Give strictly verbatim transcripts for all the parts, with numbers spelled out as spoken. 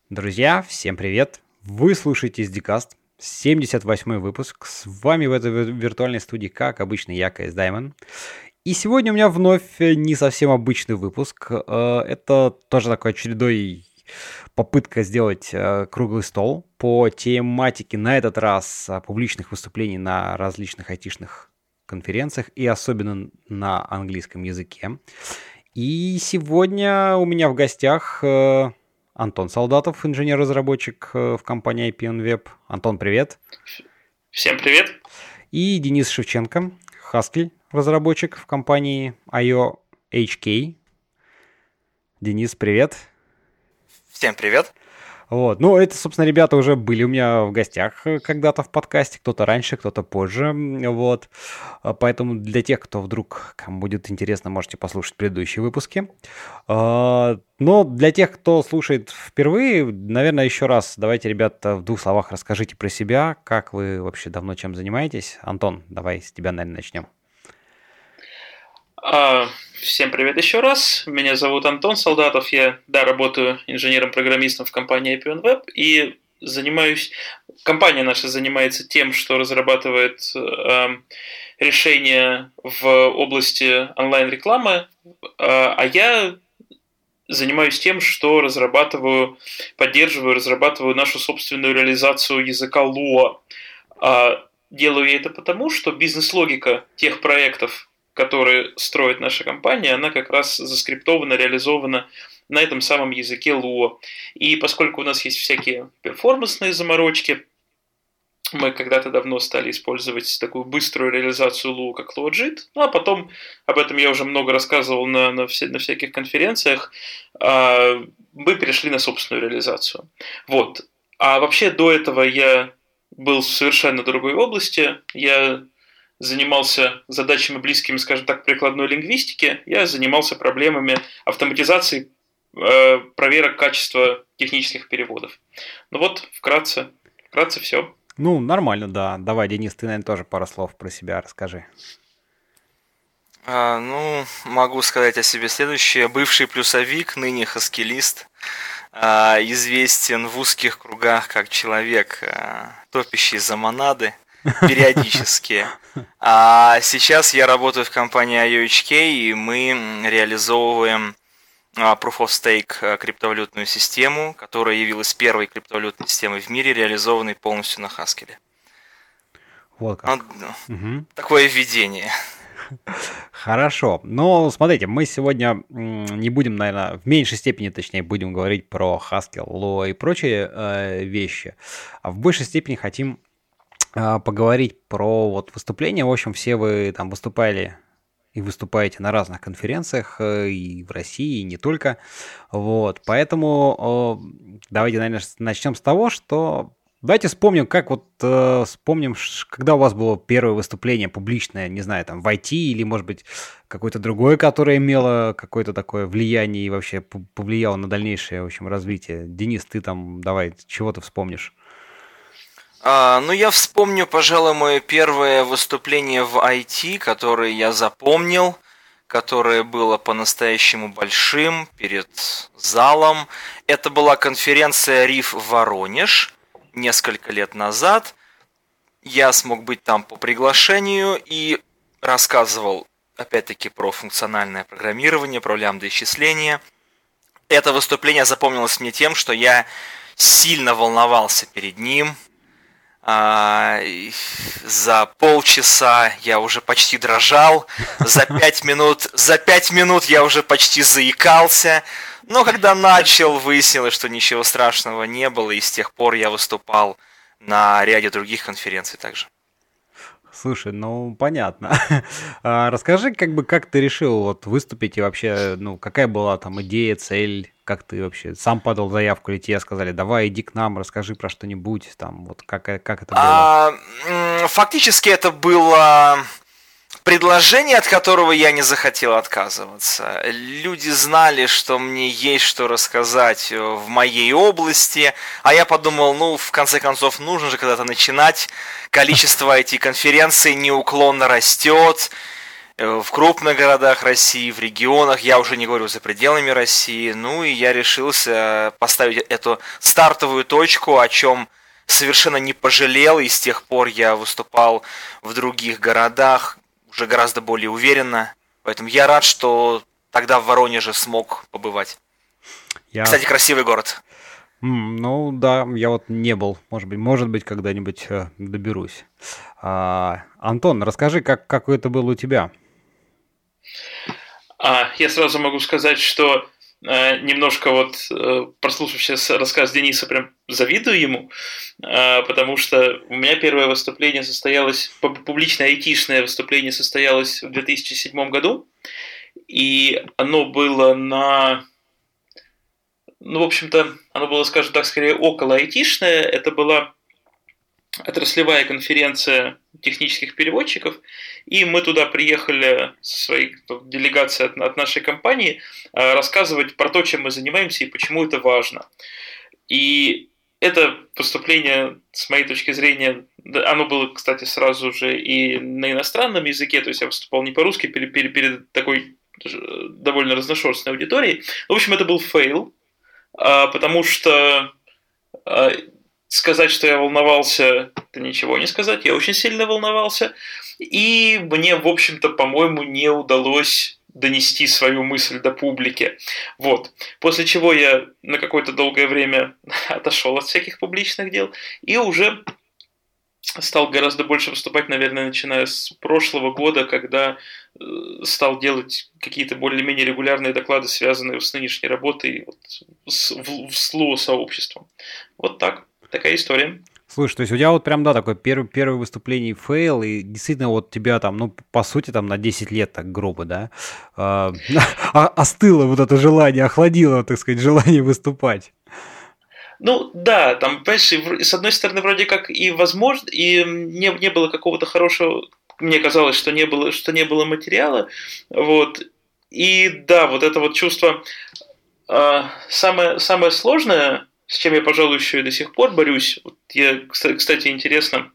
Друзья, всем привет! Вы слушаете SDCast, семьдесят восьмой выпуск. С вами в этой виртуальной студии, как обычно, я, КС Даймон. И сегодня у меня вновь не совсем обычный выпуск. Это тоже такой очередной попытка сделать круглый стол по тематике, на этот раз, публичных выступлений на различных айтишных конференциях и особенно на английском языке. И сегодня у меня в гостях Антон Солдатов, инженер-разработчик в компании ай пи эн Web. Антон, привет. Всем привет. И Денис Шевченко, Haskell, разработчик в компании ай о эйч кей. Денис, привет. Всем привет. Вот. Ну, это, собственно, ребята уже были у меня в гостях когда-то в подкасте, кто-то раньше, кто-то позже, вот. Поэтому для тех, кто вдруг, кому будет интересно, можете послушать предыдущие выпуски. Но для тех, кто слушает впервые, наверное, еще раз давайте, ребята, в двух словах расскажите про себя, как вы вообще давно чем занимаетесь. Антон, давай с тебя, наверное, начнем. Всем привет еще раз. Меня зовут Антон Солдатов. Я, да, работаю инженером-программистом в компании ай пи эн Web и занимаюсь... Компания наша занимается тем, что разрабатывает э, решения в области онлайн-рекламы, э, а я занимаюсь тем, что разрабатываю, поддерживаю, разрабатываю нашу собственную реализацию языка Lua. Э, делаю я это потому, что бизнес-логика тех проектов, которые строит наша компания, она как раз заскриптована, реализована на этом самом языке Lua. И поскольку у нас есть всякие перформансные заморочки, мы когда-то давно стали использовать такую быструю реализацию Lua, как LuaJIT. Ну, а потом, об этом я уже много рассказывал на, на, все, на всяких конференциях, мы перешли на собственную реализацию. Вот. А вообще до этого я был в совершенно другой области. Я занимался задачами, близкими, скажем так, прикладной лингвистики. Я занимался проблемами автоматизации э, проверок качества технических переводов. Ну вот, вкратце, вкратце все. Ну, нормально, да. Давай, Денис, ты, наверное, тоже пару слов про себя расскажи. А, ну, могу сказать о себе следующее. Бывший плюсовик, ныне хаскелист. А, известен в узких кругах как человек, а, топящий за монады периодически. А сейчас я работаю в компании ай о эйч кей, и мы реализовываем Proof of Stake криптовалютную систему, которая явилась первой криптовалютной системой в мире, реализованной полностью на Haskell. Вот как. Ну, угу. Такое введение. Хорошо. Но смотрите, мы сегодня не будем, наверное, в меньшей степени, точнее, будем говорить про Haskell, Lua и прочие э, вещи. А в большей степени хотим поговорить про вот выступления. В общем, все вы там выступали и выступаете на разных конференциях и в России, и не только. Вот, поэтому давайте, наверное, начнем с того, что давайте вспомним, как вот вспомним, когда у вас было первое выступление публичное, не знаю, там в ай ти или, может быть, какое-то другое, которое имело какое-то такое влияние и вообще повлияло на дальнейшее, в общем, развитие. Денис, ты там, давай, чего ты вспомнишь? Uh, ну, я вспомню, пожалуй, мое первое выступление в ай ти, которое я запомнил, которое было по-настоящему большим, перед залом. Это была конференция риф Воронеж несколько лет назад. Я смог быть там по приглашению и рассказывал, опять-таки, про функциональное программирование, про лямбда-исчисления. Это выступление запомнилось мне тем, что я сильно волновался перед ним. А, за полчаса я уже почти дрожал, за пять минут, за пять минут я уже почти заикался, но когда начал, выяснилось, что ничего страшного не было, и с тех пор я выступал на ряде других конференций также. Слушай, ну понятно. А, расскажи, как бы, как ты решил вот выступить и вообще, ну, какая была там идея, цель, как ты вообще сам подал заявку или тебе сказали, давай иди к нам, расскажи про что-нибудь, там, вот как, как это было? А, фактически это было предложение, от которого я не захотел отказываться. Люди знали, что мне есть что рассказать в моей области, а я подумал, ну, в конце концов, нужно же когда-то начинать. Количество ай ти-конференций неуклонно растет. в крупных городах России, в регионах, я уже не говорю за пределами России. Ну и я решился поставить эту стартовую точку, о чем совершенно не пожалел, и с тех пор я выступал в других городах уже гораздо более уверенно. Поэтому я рад, что тогда в Воронеже смог побывать. Я... Кстати, красивый город. Mm, ну да, я вот не был, может быть, может быть, когда-нибудь э, доберусь. А, Антон, расскажи, как, как это было у тебя? А, я сразу могу сказать, что э, немножко вот, э, прослушав сейчас рассказ Дениса, прям завидую ему, э, потому что у меня первое выступление состоялось, публичное айтишное выступление состоялось в две тысячи седьмом году, и оно было на... Ну, в общем-то, оно было, скажем так, скорее около айтишное. Это была отраслевая конференция технических переводчиков, и мы туда приехали со своей делегацией от, от нашей компании рассказывать про то, чем мы занимаемся и почему это важно. И это выступление, с моей точки зрения, оно было, кстати, сразу же и на иностранном языке, то есть я выступал не по-русски перед, перед, перед такой довольно разношерстной аудиторией. В общем, это был фейл, потому что сказать, что я волновался, это ничего не сказать, я очень сильно волновался, и мне, в общем-то, по-моему, не удалось донести свою мысль до публики. Вот. После чего я на какое-то долгое время отошел от всяких публичных дел и уже стал гораздо больше выступать, наверное, начиная с прошлого года, когда стал делать какие-то более-менее регулярные доклады, связанные с нынешней работой, вот, с, в, в слоу-сообществом. Вот так. Такая история. Слушай, то есть у тебя вот прям, да, такое первое, первое выступление фейл, и действительно вот тебя там, ну, по сути, там на десять лет так грубо, да, а, остыло вот это желание, охладило, так сказать, желание выступать. Ну, да, там, понимаешь, с одной стороны, вроде как и возможно, и не, не было какого-то хорошего, мне казалось, что не было, что не было материала, вот, и да, вот это вот чувство, а, самое, самое сложное, с чем я, пожалуй, еще и до сих пор борюсь. Вот я, кстати, интересно,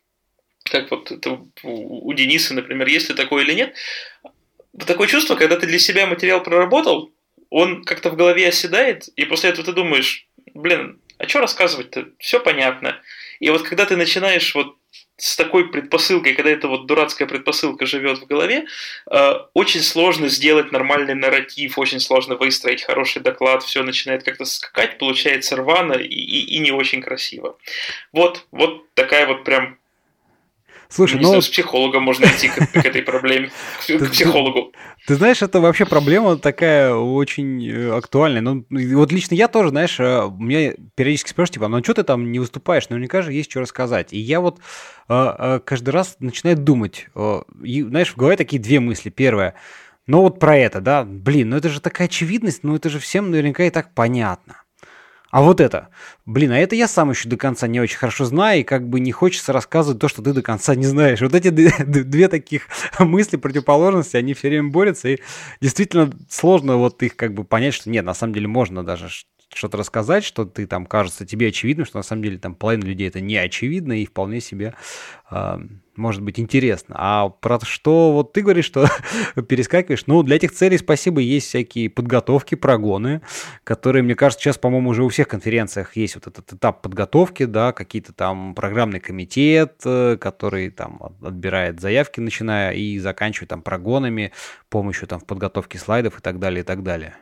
как вот это у Дениса, например, есть ли такое или нет. Такое чувство, когда ты для себя материал проработал, он как-то в голове оседает, и после этого ты думаешь, блин, а что рассказывать-то? Все понятно. И вот когда ты начинаешь вот с такой предпосылкой, когда эта вот дурацкая предпосылка живет в голове, э, очень сложно сделать нормальный нарратив, очень сложно выстроить хороший доклад, все начинает как-то скакать, получается рвано и, и, и не очень красиво. Вот, вот такая вот прям... Слушай, не ну... знаю, с психологом можно идти к, к этой проблеме, к психологу. Ты знаешь, это вообще проблема такая очень актуальная. Ну, вот лично я тоже, знаешь, меня периодически спрашивают, типа, ну что ты там не выступаешь? Наверняка же есть что рассказать. И я вот каждый раз начинаю думать, и, знаешь, в голове такие две мысли. Первая, ну вот про это, да, блин, ну это же такая очевидность, ну это же всем наверняка и так понятно. А вот это, блин, а это я сам еще до конца не очень хорошо знаю, и как бы не хочется рассказывать то, что ты до конца не знаешь. Вот эти две, две таких мысли противоположности, они все время борются, и действительно сложно вот их как бы понять, что нет, на самом деле можно даже что-то рассказать, что ты там кажется тебе очевидным, что на самом деле там половина людей это не очевидно и вполне себе э, может быть интересно. А про что вот ты говоришь, что перескакиваешь, ну для этих целей спасибо, есть всякие подготовки, прогоны, которые, мне кажется, сейчас, по-моему, уже у всех конференциях есть вот этот этап подготовки, да, какие-то там программный комитет, который там отбирает заявки, начиная и заканчивая там прогонами, помощью там в подготовке слайдов и так далее, и так далее.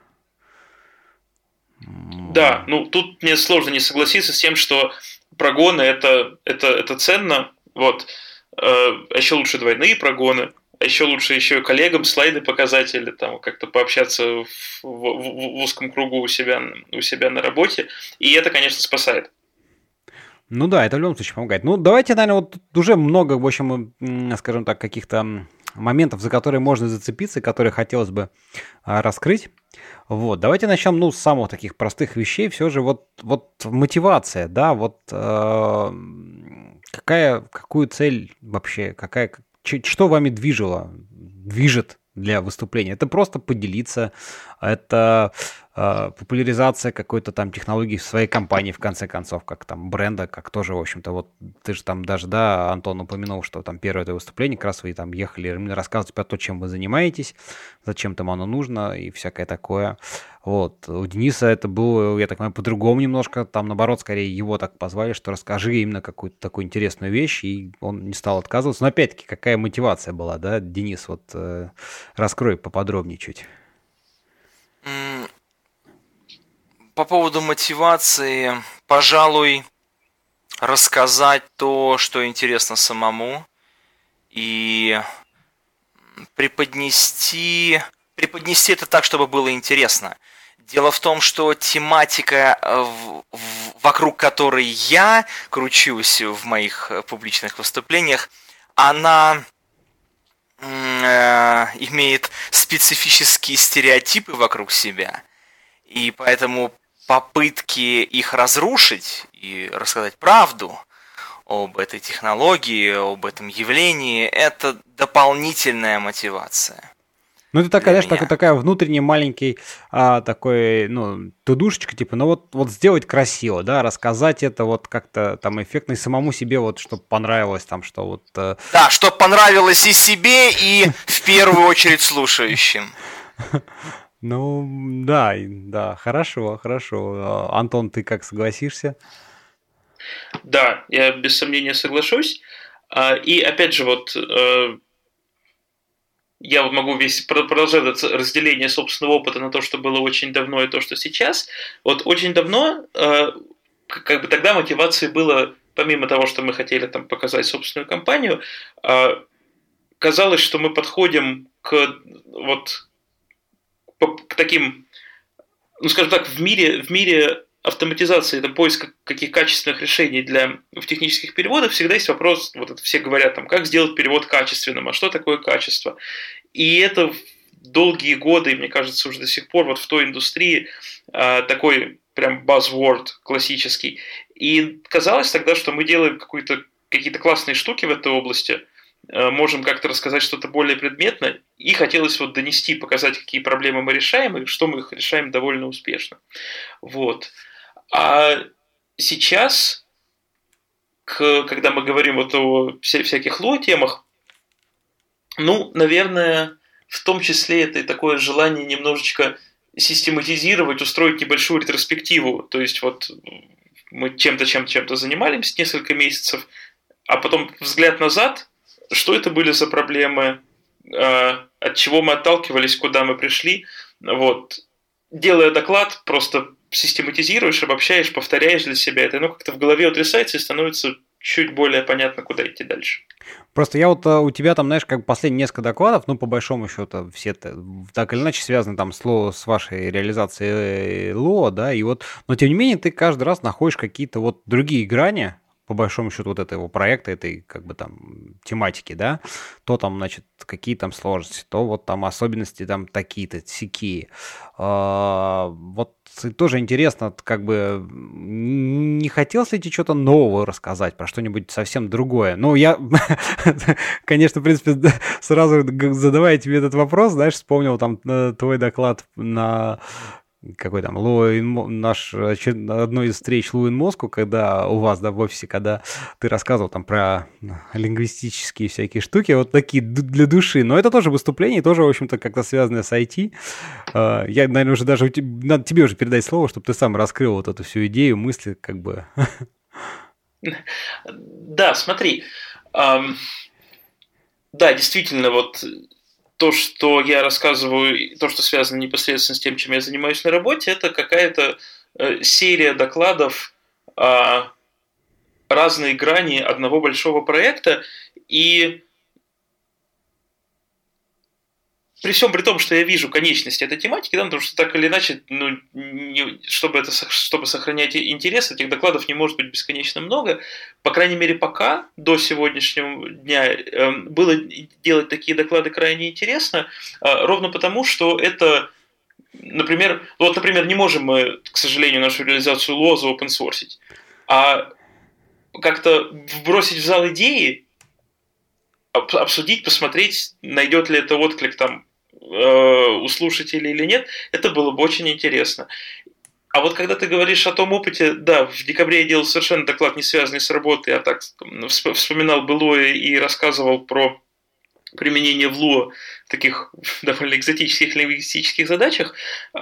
Да, ну тут мне сложно не согласиться с тем, что прогоны это, это, это ценно, вот, а еще лучше двойные прогоны, а еще лучше еще коллегам слайды показать или там как-то пообщаться в, в, в узком кругу у себя, у себя на работе, и это, конечно, спасает. Ну да, это в любом случае помогает. Ну давайте, наверное, вот уже много, в общем, скажем так, каких-то моментов, за которые можно зацепиться, которые хотелось бы раскрыть. Вот, давайте начнем, ну, с самых таких простых вещей. Все же вот, вот мотивация, да, вот э, какая, какую цель вообще, какая, ч, что вами движило, движет для выступления? Это просто поделиться, это э, популяризация какой-то там технологии в своей компании, в конце концов, как там бренда, как тоже, в общем-то, вот ты же там даже, да, Антон упомянул, что там первое это выступление, как раз вы там ехали рассказывать про то, чем вы занимаетесь, зачем там оно нужно и всякое такое. Вот. У Дениса это было, я так понимаю, по-другому немножко. Там, наоборот, скорее его так позвали, что расскажи именно какую-то такую интересную вещь, и он не стал отказываться. Но опять-таки, какая мотивация была, да, Денис? Вот э, раскрой поподробнее чуть. По поводу мотивации, пожалуй, рассказать то, что интересно самому, и преподнести... преподнести это так, чтобы было интересно. Дело в том, что тематика, вокруг которой я кручусь в моих публичных выступлениях, она э, имеет специфические стереотипы вокруг себя, и поэтому попытки их разрушить и рассказать правду об этой технологии, об этом явлении, это дополнительная мотивация. Ну, это такая, знаешь, такая, такая внутренняя маленький а, такой, ну, тудушечка, типа, ну вот, вот сделать красиво, да, рассказать это вот как-то там эффектно и самому себе вот, чтобы понравилось там, что вот... Э... Да, чтобы понравилось и себе, и в первую очередь слушающим. Ну, да, да, хорошо, хорошо. Антон, ты как, согласишься? Да, я без сомнения соглашусь. И опять же, вот... Я вот могу весь продолжать это разделение собственного опыта на то, что было очень давно, и то, что сейчас. Вот очень давно, как бы тогда мотивацией было, помимо того, что мы хотели там показать собственную компанию, казалось, что мы подходим к вот к таким, ну скажем так, в мире, в мире автоматизации, там, поиска каких качественных решений для, в технических переводах всегда есть вопрос, вот это все говорят, там, как сделать перевод качественным, а что такое качество? И это долгие годы, мне кажется, уже до сих пор вот в той индустрии э, такой прям buzzword классический. И казалось тогда, что мы делаем какую-то, какие-то классные штуки в этой области, э, можем как-то рассказать что-то более предметно, и хотелось вот донести, показать, какие проблемы мы решаем, и что мы их решаем довольно успешно. Вот. А сейчас, к, когда мы говорим вот о вся, всяких ло-темах, ну, наверное, в том числе это и такое желание немножечко систематизировать, устроить небольшую ретроспективу. То есть вот мы чем-то, чем-то, чем-то занимались несколько месяцев, а потом взгляд назад, что это были за проблемы, от чего мы отталкивались, куда мы пришли. Вот. Делая доклад, просто систематизируешь, обобщаешь, повторяешь для себя это, оно как-то в голове утрясается и становится чуть более понятно, куда идти дальше. Просто я вот у тебя там, знаешь, как последние несколько докладов, ну, по большому счету, все так или иначе связаны там с, ло, с вашей реализацией ЛО, да, и вот, но тем не менее ты каждый раз находишь какие-то вот другие грани, по большому счету, вот этого проекта, этой, как бы там, тематики, да, то там, значит, какие там сложности, то вот там особенности там такие-то, сякие. А, вот тоже интересно, как бы, не хотелось ли тебе что-то нового рассказать, про что-нибудь совсем другое? Ну, я, конечно, в принципе, сразу задавая тебе этот вопрос, знаешь, вспомнил там твой доклад на... какой там, наш, одной из встреч Луин Моску, когда у вас, да, в офисе, когда ты рассказывал там про лингвистические всякие штуки, вот такие для души, но это тоже выступление, тоже, в общем-то, как-то связанное с ай ти. Я, наверное, уже даже, надо тебе уже передать слово, чтобы ты сам раскрыл вот эту всю идею, мысли, как бы. Да, смотри, да, действительно, вот то, что я рассказываю, то, что связано непосредственно с тем, чем я занимаюсь на работе, это какая-то э, серия докладов о разной грани одного большого проекта. И при всем при том, что я вижу конечность этой тематики, да, потому что так или иначе, ну, не, чтобы, это, чтобы сохранять интерес, этих докладов не может быть бесконечно много. По крайней мере, пока, до сегодняшнего дня, э, было делать такие доклады крайне интересно, э, ровно потому, что это, например, вот, например, не можем мы, к сожалению, нашу реализацию ЛО заопенсорсить, а как-то вбросить в зал идеи, обсудить, посмотреть, найдет ли это отклик там у слушателей или нет, это было бы очень интересно. А вот когда ты говоришь о том опыте, да, в декабре я делал совершенно доклад, не связанный с работой, а так вспоминал былое и рассказывал про применение в Lua в таких довольно экзотических лингвистических задачах.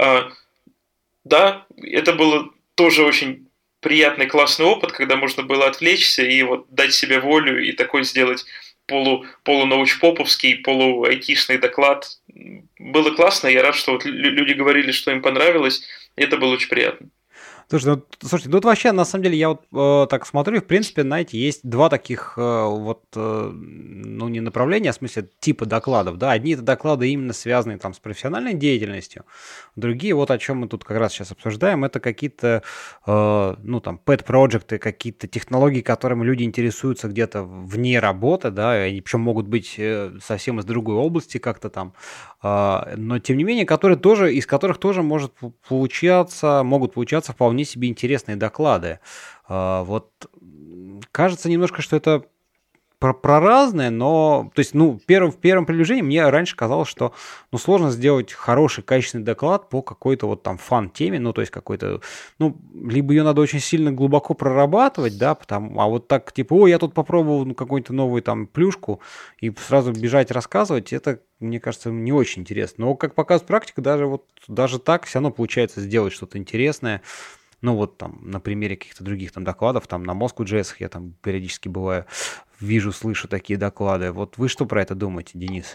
Да, это было тоже очень приятный, классный опыт, когда можно было отвлечься и вот дать себе волю и такой сделать полу, полунаучпоповский, полуайтишный доклад. Было классно, я рад, что вот люди говорили, что им понравилось, и это было очень приятно. Слушай, ну, слушайте, ну вот вообще, на самом деле, я вот э, так смотрю, и, в принципе, знаете, есть два таких э, вот, э, ну, не направления, а в смысле типа докладов, да, одни это доклады именно связанные там с профессиональной деятельностью, другие, вот о чем мы тут как раз сейчас обсуждаем, это какие-то, э, ну, там, pet-проекты, какие-то технологии, которыми люди интересуются где-то вне работы, да, и причем могут быть э, совсем из другой области как-то там, э, но, тем не менее, которые тоже, из которых тоже может получаться, могут получаться вполне себе интересные доклады. Вот кажется немножко, что это про, про разное, но, то есть, ну, первым, в первом приближении мне раньше казалось, что, ну, сложно сделать хороший, качественный доклад по какой-то вот там фан-теме, ну, то есть какой-то, ну, либо ее надо очень сильно глубоко прорабатывать, да, потому, а вот так, типа, о, я тут попробовал ну, какую-то новую там плюшку и сразу бежать рассказывать, это, мне кажется, не очень интересно. Но, как показывает практика, даже вот, даже так все равно получается сделать что-то интересное. Ну, вот там, на примере каких-то других там докладов, там на Moscow.js я там периодически бываю, вижу, слышу такие доклады. Вот вы что про это думаете, Денис?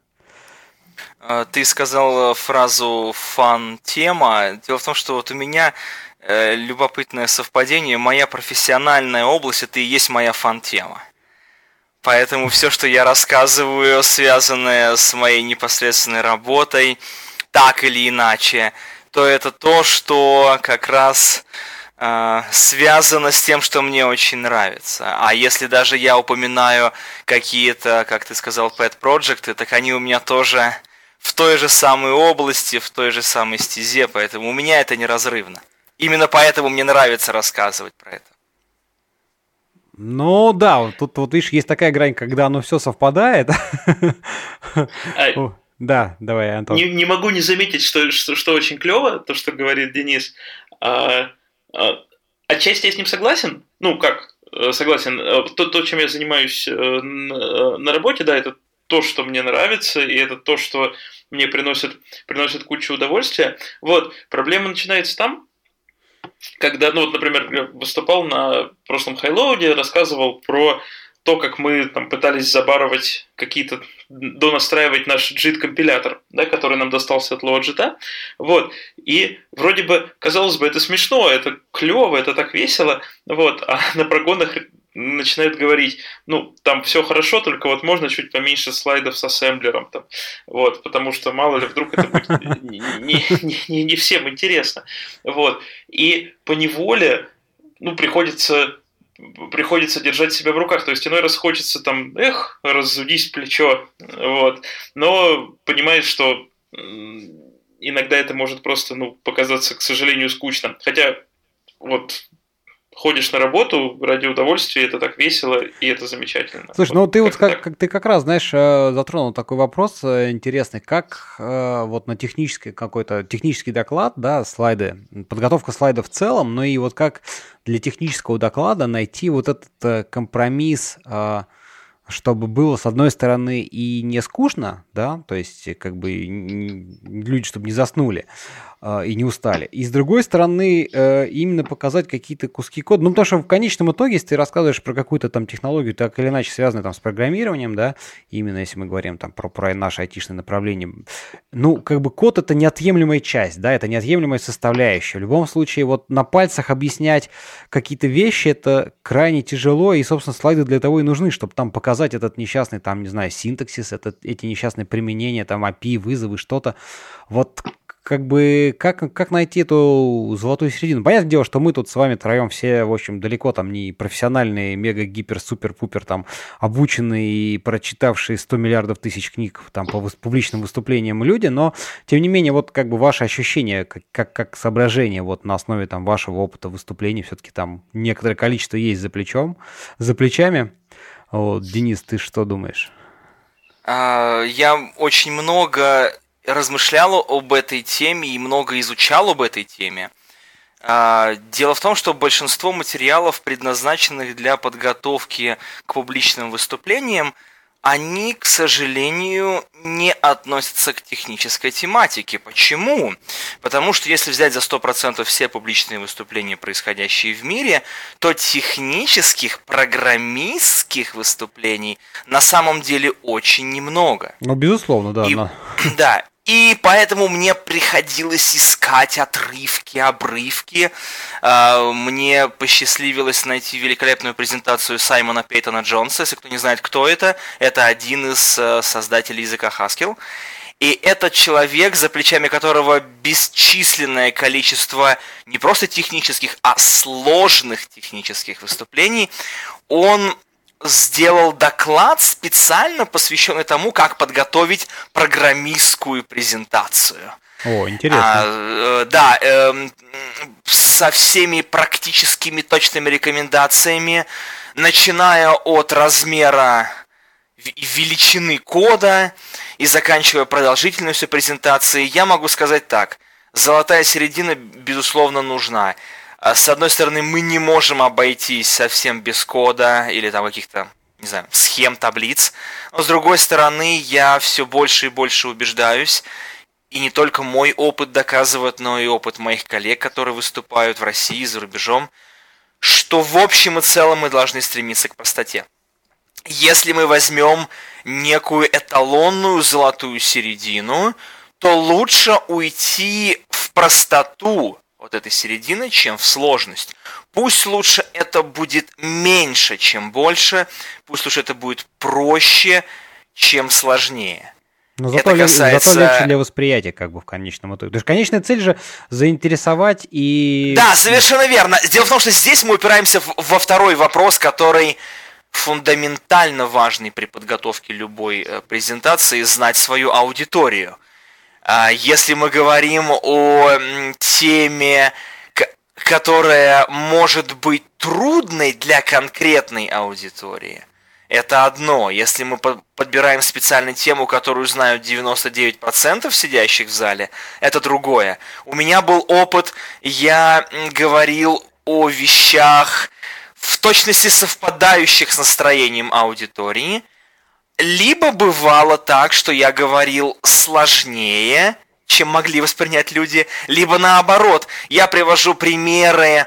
Ты сказал фразу «фан-тема». Дело в том, что вот у меня э, любопытное совпадение. Моя профессиональная область – это и есть моя фан-тема. Поэтому все, что я рассказываю, связанное с моей непосредственной работой, так или иначе, то это то, что как раз э, связано с тем, что мне очень нравится. А если даже я упоминаю какие-то, как ты сказал, pet-проекты, так они у меня тоже в той же самой области, в той же самой стезе, поэтому у меня это неразрывно. Именно поэтому мне нравится рассказывать про это. Ну да, вот тут вот видишь, есть такая грань, когда оно все совпадает. Да, давай, Антон. Не, не могу не заметить, что, что, что очень клево, то, что говорит Денис. А, а, отчасти я с ним согласен. Ну, как согласен. То, то, чем я занимаюсь на, на работе, да, это то, что мне нравится, и это то, что мне приносит, приносит кучу удовольствия. Вот, проблема начинается там, когда, ну, вот, например, я выступал на прошлом хайлоуде, рассказывал про то, как мы там пытались забарывать какие-то, донастраивать наш джит-компилятор, да, который нам достался от LoaJIT. Вот. И вроде бы, казалось бы, это смешно, это клево, это так весело, вот. А на прогонах начинают говорить, ну, там все хорошо, только вот можно чуть поменьше слайдов с ассемблером, там, вот, потому что мало ли вдруг это будет не, не, не, не всем интересно. Вот. И поневоле, ну, приходится... приходится держать себя в руках, то есть иной раз хочется там, эх, разудись плечо, вот, но понимаешь, что иногда это может просто, ну, показаться, к сожалению, скучно, хотя вот ходишь на работу ради удовольствия, это так весело, и это замечательно. Слушай, вот, ну ты вот как, как, ты как раз, знаешь, затронул такой вопрос интересный, как вот на технический какой-то, технический доклад, да, слайды, подготовка слайдов в целом, но и вот как для технического доклада найти вот этот компромисс, чтобы было, с одной стороны, и не скучно, да, то есть, как бы, люди, чтобы не заснули э, и не устали, и, с другой стороны, э, именно показать какие-то куски кода, ну, потому что в конечном итоге, если ты рассказываешь про какую-то там технологию, так или иначе связанную там с программированием, да, именно если мы говорим там про, про наше айтишное направление, ну, как бы код — это неотъемлемая часть, да, это неотъемлемая составляющая. В любом случае, вот на пальцах объяснять какие-то вещи — это крайне тяжело, и, собственно, слайды для того и нужны, чтобы там показать этот несчастный, там, не знаю, синтаксис, этот, эти несчастные применения, там, эй пи ай, вызовы, что-то. Вот как бы, как, как найти эту золотую середину? Понятное дело, что мы тут с вами троем все, в общем, далеко там не профессиональные, мега-гипер-супер-пупер там обученные и прочитавшие сто миллиардов тысяч книг там по публичным выступлениям люди, но, тем не менее, вот как бы ваши ощущения, как, как, как соображение вот на основе там вашего опыта выступлений, все-таки там некоторое количество есть за плечом, за плечами. Вот, Денис, ты что думаешь? Я очень много размышлял об этой теме и много изучал об этой теме. Дело в том, что большинство материалов, предназначенных для подготовки к публичным выступлениям, они, к сожалению, не относятся к технической тематике. Почему? Потому что если взять за сто процентов все публичные выступления, происходящие в мире, то технических, программистских выступлений на самом деле очень немного. Ну, безусловно, да. И, но... Да. И поэтому мне приходилось искать отрывки, обрывки. Мне посчастливилось найти великолепную презентацию Саймона Пейтона Джонса. Если кто не знает, кто это, это один из создателей языка Haskell. И этот человек, за плечами которого бесчисленное количество не просто технических, а сложных технических выступлений, он сделал доклад, специально посвященный тому, как подготовить программистскую презентацию. О, интересно. А, да, э, со всеми практическими точными рекомендациями, начиная от размера и величины кода и заканчивая продолжительностью презентации, я могу сказать так. Золотая середина, безусловно, нужна. С одной стороны, мы не можем обойтись совсем без кода или там каких-то, не знаю, схем, таблиц. Но с другой стороны, я все больше и больше убеждаюсь, и не только мой опыт доказывает, но и опыт моих коллег, которые выступают в России и за рубежом, что в общем и целом мы должны стремиться к простоте. Если мы возьмем некую эталонную золотую середину, то лучше уйти в простоту вот этой середины, чем в сложность. Пусть лучше это будет меньше, чем больше, пусть лучше это будет проще, чем сложнее. Но зато, это касается... зато легче для восприятия, как бы, в конечном итоге. Потому что конечная цель же заинтересовать и... Да, совершенно верно. Дело в том, что здесь мы упираемся во второй вопрос, который фундаментально важный при подготовке любой презентации, знать свою аудиторию. Если мы говорим о теме, которая может быть трудной для конкретной аудитории, это одно. Если мы подбираем специальную тему, которую знают девяносто девять процентов сидящих в зале, это другое. У меня был опыт, я говорил о вещах, в точности совпадающих с настроением аудитории. Либо бывало так, что я говорил сложнее, чем могли воспринять люди, либо наоборот, я привожу примеры,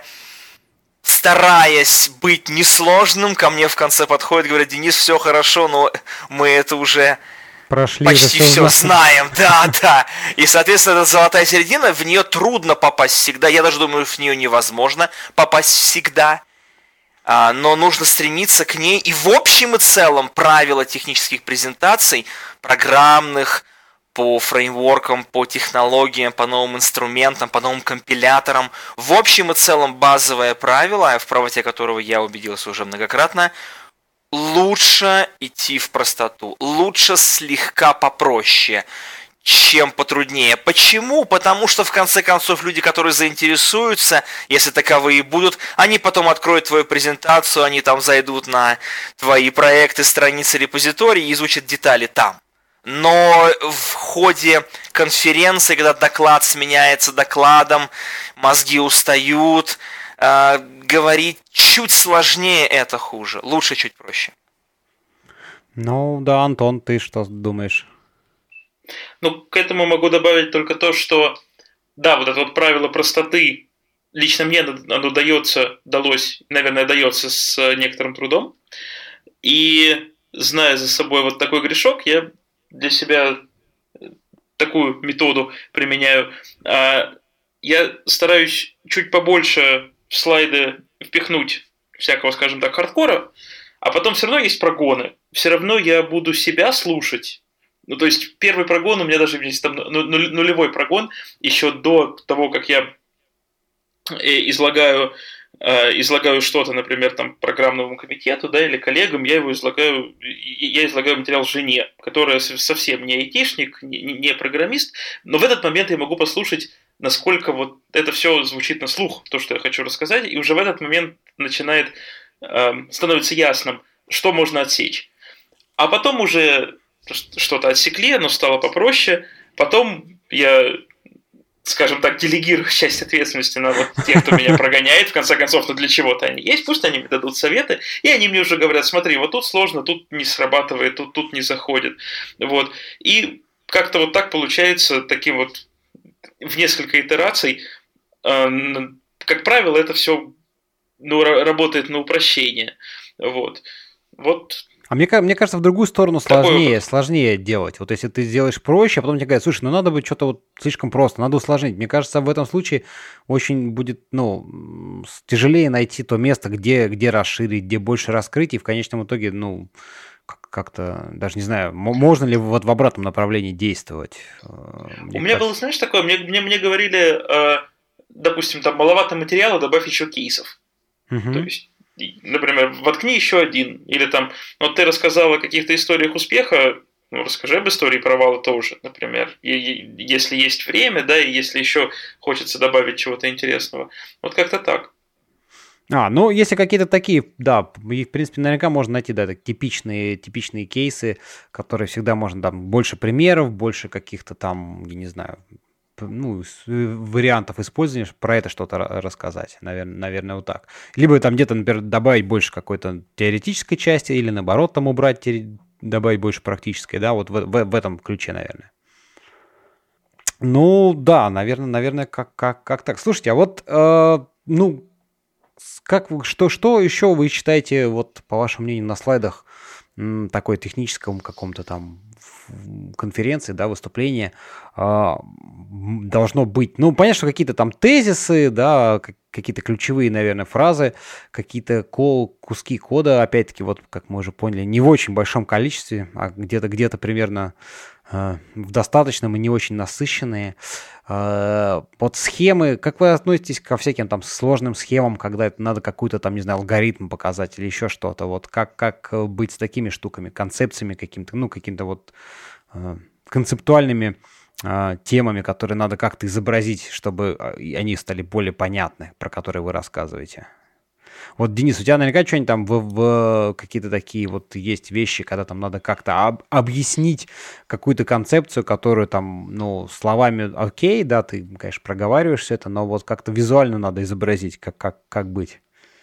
стараясь быть несложным, ко мне в конце подходит, говорят: Денис, все хорошо, но мы это уже прошли, почти все знаем, да, да. И, соответственно, эта золотая середина, в нее трудно попасть всегда, я даже думаю, в нее невозможно попасть всегда. Но нужно стремиться к ней. И в общем и целом правила технических презентаций, программных, по фреймворкам, по технологиям, по новым инструментам, по новым компиляторам, в общем и целом базовое правило, в правоте которого я убедился уже многократно, лучше идти в простоту, лучше слегка попроще, чем потруднее. Почему? Потому что, в конце концов, люди, которые заинтересуются, если таковые будут, они потом откроют твою презентацию, они там зайдут на твои проекты, страницы, репозитории и изучат детали там. Но в ходе конференции, когда доклад сменяется докладом, мозги устают, э, говорить чуть сложнее — это хуже. Лучше чуть проще. Ну да, Антон, ты что думаешь? Ну, к этому могу добавить только то, что, да, вот это вот правило простоты, лично мне оно дается, далось, наверное, дается с некоторым трудом. И, зная за собой вот такой грешок, я для себя такую методу применяю. Я стараюсь чуть побольше в слайды впихнуть всякого, скажем так, хардкора, а потом все равно есть прогоны. Все равно я буду себя слушать. Ну, то есть, первый прогон у меня даже есть там нулевой прогон, еще до того, как я излагаю, излагаю что-то, например, там, программному комитету, да, или коллегам, я его излагаю, я излагаю материал жене, которая совсем не айтишник, не программист, но в этот момент я могу послушать, насколько вот это все звучит на слух, то, что я хочу рассказать, и уже в этот момент начинает, становится ясным, что можно отсечь. А потом уже что-то отсекли, оно стало попроще, потом я, скажем так, делегирую часть ответственности на вот тех, кто меня прогоняет, в конце концов, ну для чего-то они есть, пусть они мне дадут советы, и они мне уже говорят, смотри, вот тут сложно, тут не срабатывает, тут, тут не заходит, вот, и как-то вот так получается, таким вот, в несколько итераций, как правило, это все ну, работает на упрощение, вот, вот. А мне, мне кажется, в другую сторону сложнее, сложнее делать. Вот если ты сделаешь проще, а потом тебе говорят, слушай, ну надо быть что-то вот слишком просто, надо усложнить. Мне кажется, в этом случае очень будет, ну, тяжелее найти то место, где, где расширить, где больше раскрыть, и в конечном итоге, ну, как-то, даже не знаю, можно ли вот в обратном направлении действовать. Мне У меня кажется... было, знаешь, такое, мне, мне, мне говорили, э, допустим, там маловато материала, добавь еще кейсов. Угу. То есть, например, воткни еще один. Или там, вот ты рассказал о каких-то историях успеха, ну, расскажи об истории провала тоже, например. И, и, если есть время, да, и если еще хочется добавить чего-то интересного. Вот как-то так. А, ну, если какие-то такие, да, их, в принципе, наверняка можно найти, да, так, типичные, типичные кейсы, которые всегда можно, там, больше примеров, больше каких-то там, я не знаю, ну, вариантов использования, про это что-то рассказать, наверное, наверное, вот так. Либо там где-то, например, добавить больше какой-то теоретической части, или наоборот, там убрать, добавить больше практической, да, вот в, в, в этом ключе, наверное. Ну, да, наверное, наверное, как, как, как так. Слушайте, а вот, э, ну, как, что, что еще вы считаете, вот, по вашему мнению, на слайдах м, такой техническом каком-то там конференции, да, выступления э, должно быть? Ну, понятно, что какие-то там тезисы, да, какие-то ключевые, наверное, фразы, какие-то кол, куски кода, опять-таки, вот, как мы уже поняли, не в очень большом количестве, а где-то, где-то примерно э, в достаточном и не очень насыщенные. Э, вот схемы, как вы относитесь ко всяким там сложным схемам, когда это надо какой-то там, не знаю, алгоритм показать или еще что-то, вот как, как быть с такими штуками, концепциями каким-то, ну, каким-то вот э, концептуальными э, темами, которые надо как-то изобразить, чтобы они стали более понятны, про которые вы рассказываете. Вот, Денис, у тебя наверняка что-нибудь там в, в какие-то такие вот есть вещи, когда там надо как-то об, объяснить какую-то концепцию, которую там, ну, словами окей, да, ты, конечно, проговариваешь все это, но вот как-то визуально надо изобразить, как, как, как быть.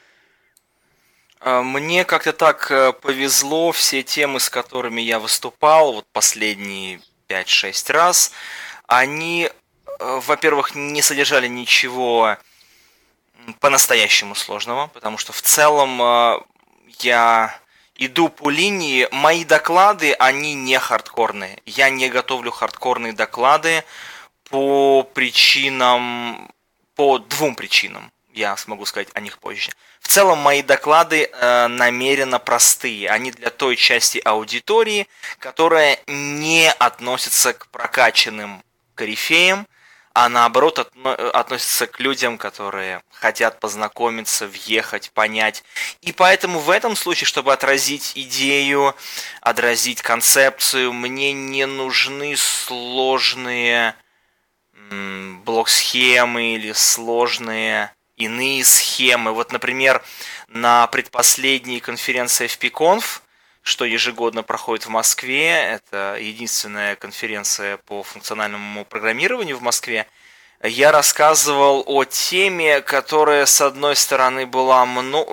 Мне как-то так повезло, все темы, с которыми я выступал, вот последние пять-шесть раз, они, во-первых, не содержали ничего по-настоящему сложного, потому что в целом э, я иду по линии, мои доклады, они не хардкорные. Я не готовлю хардкорные доклады по причинам, по двум причинам. Я смогу сказать о них позже. В целом мои доклады э, намеренно простые. Они для той части аудитории, которая не относится к прокачанным корифеям, а наоборот относится к людям, которые хотят познакомиться, въехать, понять. И поэтому в этом случае, чтобы отразить идею, отразить концепцию, мне не нужны сложные м, блок-схемы или сложные иные схемы. Вот, например, на предпоследней конференции эф пи конф, что ежегодно проходит в Москве. Это единственная конференция по функциональному программированию в Москве. Я рассказывал о теме, которая, с одной стороны, была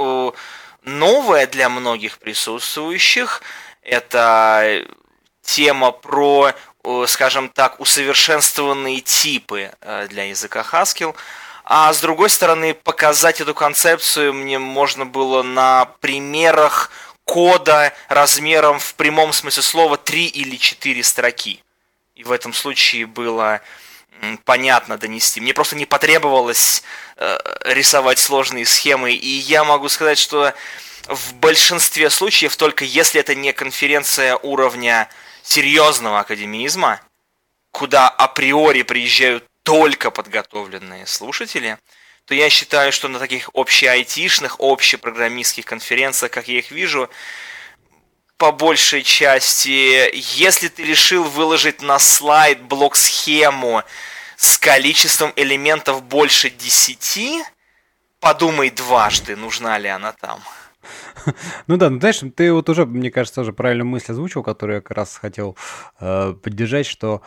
новая для многих присутствующих. Это тема про, скажем так, усовершенствованные типы для языка Haskell. А с другой стороны, показать эту концепцию мне можно было на примерах кода размером в прямом смысле слова три или четыре строки. И в этом случае было понятно донести. Мне просто не потребовалось э, рисовать сложные схемы. И я могу сказать, что в большинстве случаев, только если это не конференция уровня серьезного академизма, куда априори приезжают только подготовленные слушатели, то я считаю, что на таких общеайтишных, общепрограммистских конференциях, как я их вижу, по большей части, если ты решил выложить на слайд блок-схему с количеством элементов больше десяти, подумай дважды, нужна ли она там. Ну да, ну знаешь, ты вот уже, мне кажется, тоже правильную мысль озвучил, которую я как раз хотел э, поддержать, что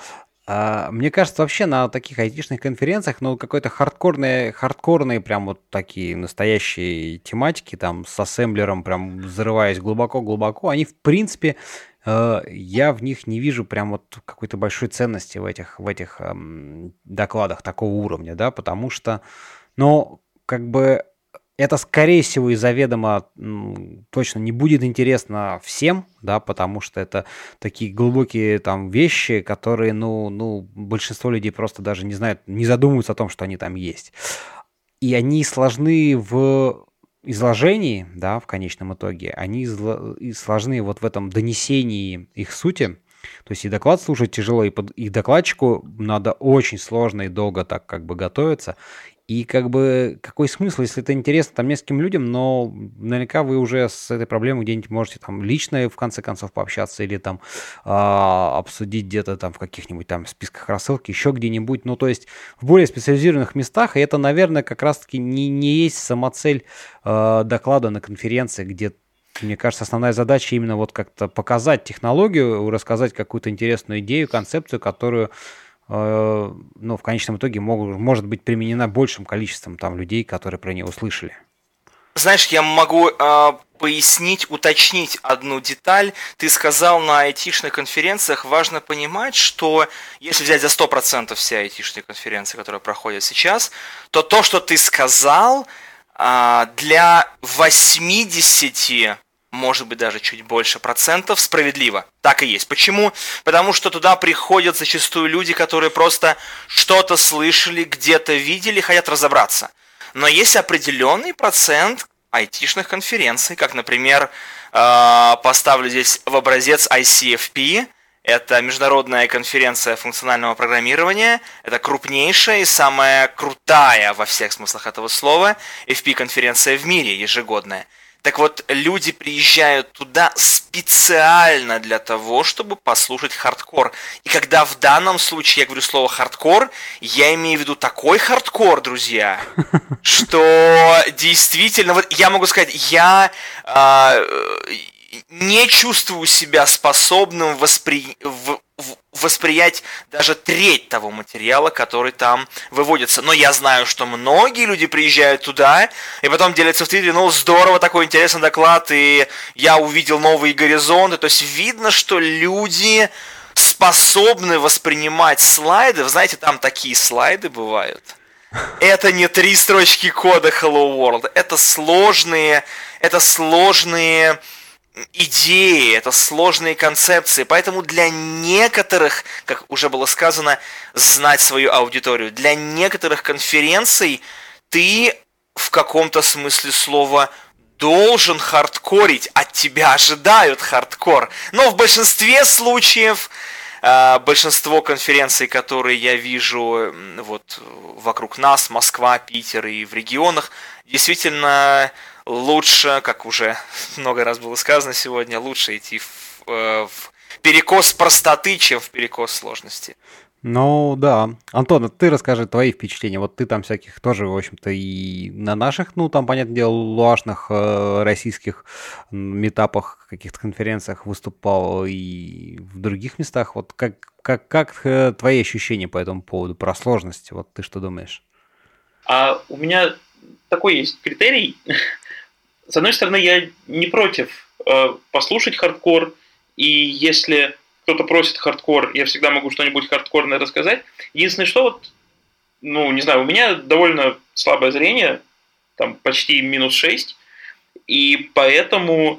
А, мне кажется, вообще на таких айтишных конференциях, ну, какой-то хардкорные, хардкорные прям вот такие настоящие тематики, там, с ассемблером, прям взрываясь глубоко-глубоко, они, в принципе, э, я в них не вижу прям вот какой-то большой ценности в этих, в этих эм, докладах такого уровня, да, потому что, ну, как бы это, скорее всего, и заведомо м, точно не будет интересно всем, да, потому что это такие глубокие там вещи, которые, ну, ну, большинство людей просто даже не знают, не задумываются о том, что они там есть. И они сложны в изложении, да, в конечном итоге, они изла- и сложны вот в этом донесении их сути. То есть и доклад слушать тяжело, и, под, и докладчику надо очень сложно и долго так как бы готовиться. И как бы какой смысл, если это интересно там нескольким людям, но наверняка вы уже с этой проблемой где-нибудь можете там лично в конце концов пообщаться или там а, обсудить где-то там в каких-нибудь там списках рассылки, еще где-нибудь. Ну, то есть в более специализированных местах, и это, наверное, как раз-таки не, не есть самоцель а, доклада на конференции, где, мне кажется, основная задача именно вот как-то показать технологию, рассказать какую-то интересную идею, концепцию, которую ну, в конечном итоге мог, может быть применена большим количеством там людей, которые про нее услышали. Знаешь, я могу э, пояснить, уточнить одну деталь. Ты сказал, на айтишных конференциях важно понимать, что если взять за сто процентов все айтишные конференции, которые проходят сейчас, то то, что ты сказал, э, для восьмидесяти, может быть, даже чуть больше процентов справедливо. Так и есть. Почему? Потому что туда приходят зачастую люди, которые просто что-то слышали, где-то видели, хотят разобраться. Но есть определенный процент айтишных конференций, как, например, поставлю здесь в образец ай си эф пи. Это Международная конференция функционального программирования. Это крупнейшая и самая крутая во всех смыслах этого слова эф пи-конференция в мире ежегодная. Так вот, люди приезжают туда специально для того, чтобы послушать хардкор. И когда в данном случае я говорю слово хардкор, я имею в виду такой хардкор, друзья, что действительно, вот я могу сказать, я э, не чувствую себя способным воспри... в... восприять даже треть того материала, который там выводится. Но я знаю, что многие люди приезжают туда и потом делятся в Твиттере, ну здорово, такой интересный доклад, и я увидел новые горизонты. То есть видно, что люди способны воспринимать слайды. Вы знаете, там такие слайды бывают. Это не три строчки кода Hello World, это сложные, это сложные идеи, это сложные концепции, поэтому для некоторых, как уже было сказано, знать свою аудиторию, для некоторых конференций ты в каком-то смысле слова должен хардкорить, от тебя ожидают хардкор, но в большинстве случаев большинство конференций, которые я вижу вот вокруг нас, Москва, Питер и в регионах, действительно лучше, как уже много раз было сказано сегодня, лучше идти в, в перекос простоты, чем в перекос сложности. Ну да. Антон, ты расскажи твои впечатления. Вот ты там всяких тоже, в общем-то, и на наших, ну там, понятное дело, луашных э, российских митапах, каких-то конференциях выступал и в других местах. Вот как, как, как э, твои ощущения по этому поводу, про сложность? Вот ты что думаешь? А у меня такой есть критерий. С одной стороны, я не против э, послушать хардкор, и если кто-то просит хардкор, я всегда могу что-нибудь хардкорное рассказать. Единственное, что вот, ну, не знаю, у меня довольно слабое зрение, там почти минус шесть, и поэтому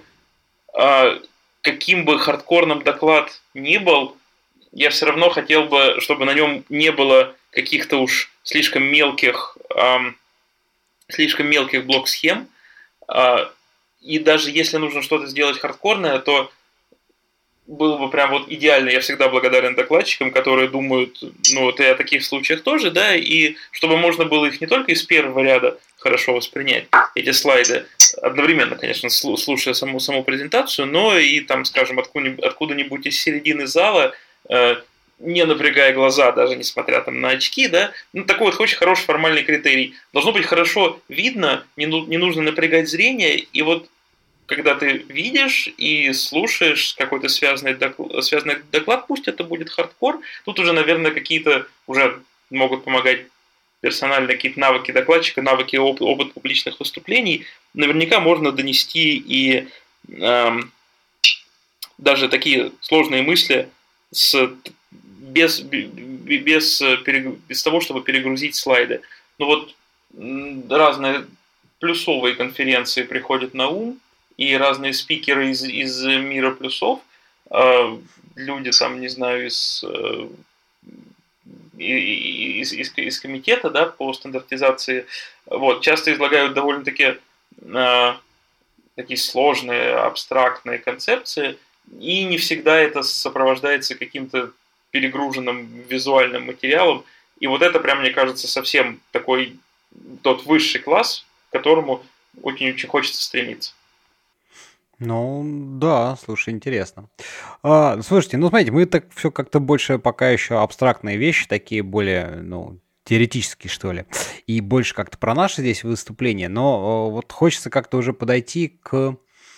э, каким бы хардкорным доклад ни был, я все равно хотел бы, чтобы на нем не было каких-то уж слишком мелких, э, слишком мелких блок-схем, э, и даже если нужно что-то сделать хардкорное, то было бы прям вот идеально. Я всегда благодарен докладчикам, которые думают, ну вот и о таких случаях тоже, да, и чтобы можно было их не только из первого ряда хорошо воспринять, эти слайды, одновременно, конечно, слушая саму, саму презентацию, но и там, скажем, откуда-нибудь, откуда-нибудь из середины зала, э, не напрягая глаза, даже несмотря там на очки, да, ну такой вот очень хороший формальный критерий. Должно быть хорошо видно, не, не нужно напрягать зрение, и вот когда ты видишь и слушаешь какой-то связанный доклад, связанный доклад, пусть это будет хардкор, тут уже, наверное, какие-то уже могут помогать персональные какие-то навыки докладчика, навыки, опыт, опыт публичных выступлений. Наверняка можно донести и э, даже такие сложные мысли с, без, без, без того, чтобы перегрузить слайды. Ну вот разные плюсовые конференции приходят на ум, и разные спикеры из, из мира плюсов, э, люди там, не знаю, из, э, из, из, из комитета, да, по стандартизации, вот, часто излагают довольно-таки э, такие сложные, абстрактные концепции, и не всегда это сопровождается каким-то перегруженным визуальным материалом, и вот это прям, мне кажется, совсем такой тот высший класс, к которому очень-очень хочется стремиться. Ну, да, слушай, интересно. А, слушайте, ну, смотрите, мы так все как-то больше пока еще абстрактные вещи, такие более, ну, теоретические, что ли, и больше как-то про наши здесь выступления, но вот хочется как-то уже подойти к...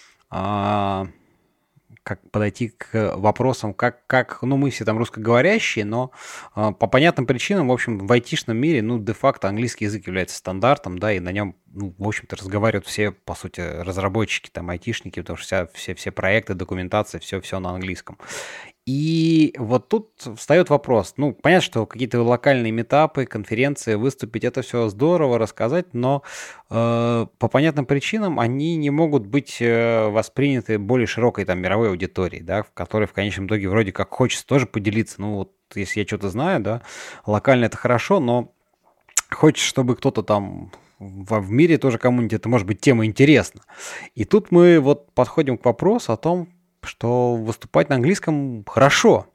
А, как подойти к вопросам, как, как, ну, мы все там русскоговорящие, но э, по понятным причинам, в общем, в айтишном мире, ну, де-факто английский язык является стандартом, да, и на нем, ну, в общем-то, разговаривают все, по сути, разработчики, там, айтишники, потому что вся, все, все проекты, документация, все, все на английском. И вот тут встает вопрос, ну, понятно, что какие-то локальные митапы, конференции, выступить, это все здорово, рассказать, но э, по понятным причинам они не могут быть э, восприняты более широкой там мировой аудиторией, да, в которой в конечном итоге вроде как хочется тоже поделиться, ну, вот если я что-то знаю, да, локально это хорошо, но хочется, чтобы кто-то там в, в мире тоже кому-нибудь это может быть тема интересна. И тут мы вот подходим к вопросу о том, что выступать на английском хорошо,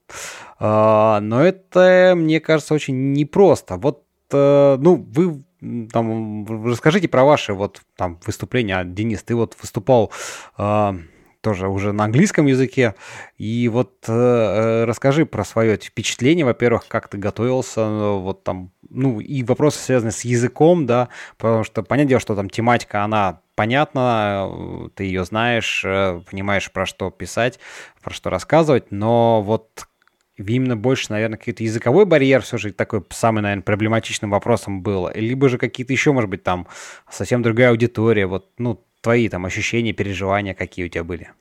но это, мне кажется, очень непросто. Вот, ну, вы там расскажите про ваши вот там выступления. Денис, ты вот выступал тоже уже на английском языке, и вот расскажи про свое впечатление, во-первых, как ты готовился, вот там, ну, и вопросы, связанные с языком, да, потому что, понятное дело, что там тематика, она понятно, ты ее знаешь, понимаешь, про что писать, про что рассказывать, но вот именно больше, наверное, какой-то языковой барьер все же такой самый, наверное, проблематичным вопросом был, либо же какие-то еще, может быть, там совсем другая аудитория, вот, ну, твои там ощущения, переживания, какие у тебя были?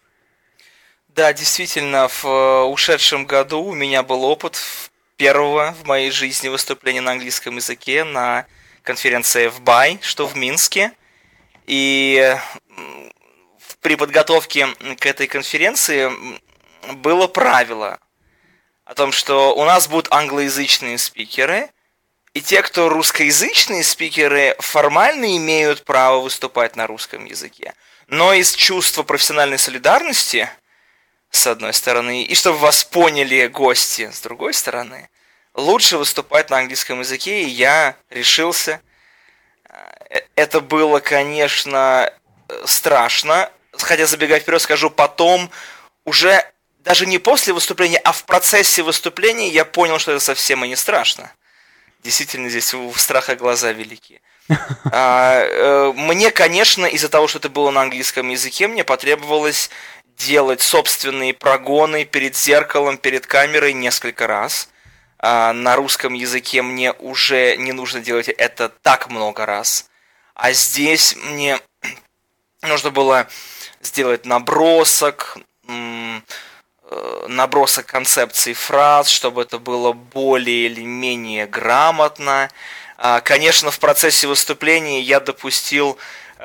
Да, действительно, в ушедшем году у меня был опыт первого в моей жизни выступления на английском языке на конференции эф би ай, что в Минске. И при подготовке к этой конференции было правило о том, что у нас будут англоязычные спикеры, и те, кто русскоязычные спикеры, формально имеют право выступать на русском языке. Но из чувства профессиональной солидарности, с одной стороны, и чтобы вас поняли гости, с другой стороны, лучше выступать на английском языке, и я решился. Это было, конечно, страшно. Хотя, забегая вперед, скажу, потом, уже даже не после выступления, а в процессе выступления я понял, что это совсем и не страшно. Действительно, здесь у страха глаза велики. Мне, конечно, из-за того, что это было на английском языке, мне потребовалось делать собственные прогоны перед зеркалом, перед камерой несколько раз. На русском языке мне уже не нужно делать это так много раз. А здесь мне нужно было сделать набросок, набросок концепции фраз, чтобы это было более или менее грамотно. Конечно, в процессе выступления я допустил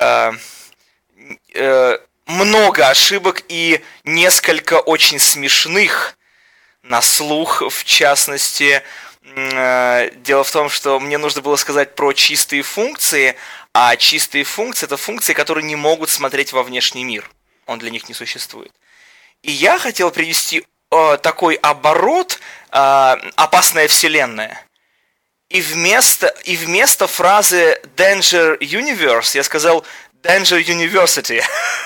много ошибок и несколько очень смешных на слух, в частности. Дело в том, что мне нужно было сказать про чистые функции, а чистые функции – это функции, которые не могут смотреть во внешний мир. Он для них не существует. И я хотел привести э, такой оборот э, «опасная вселенная». И вместо, и вместо фразы «danger universe» я сказал «danger university».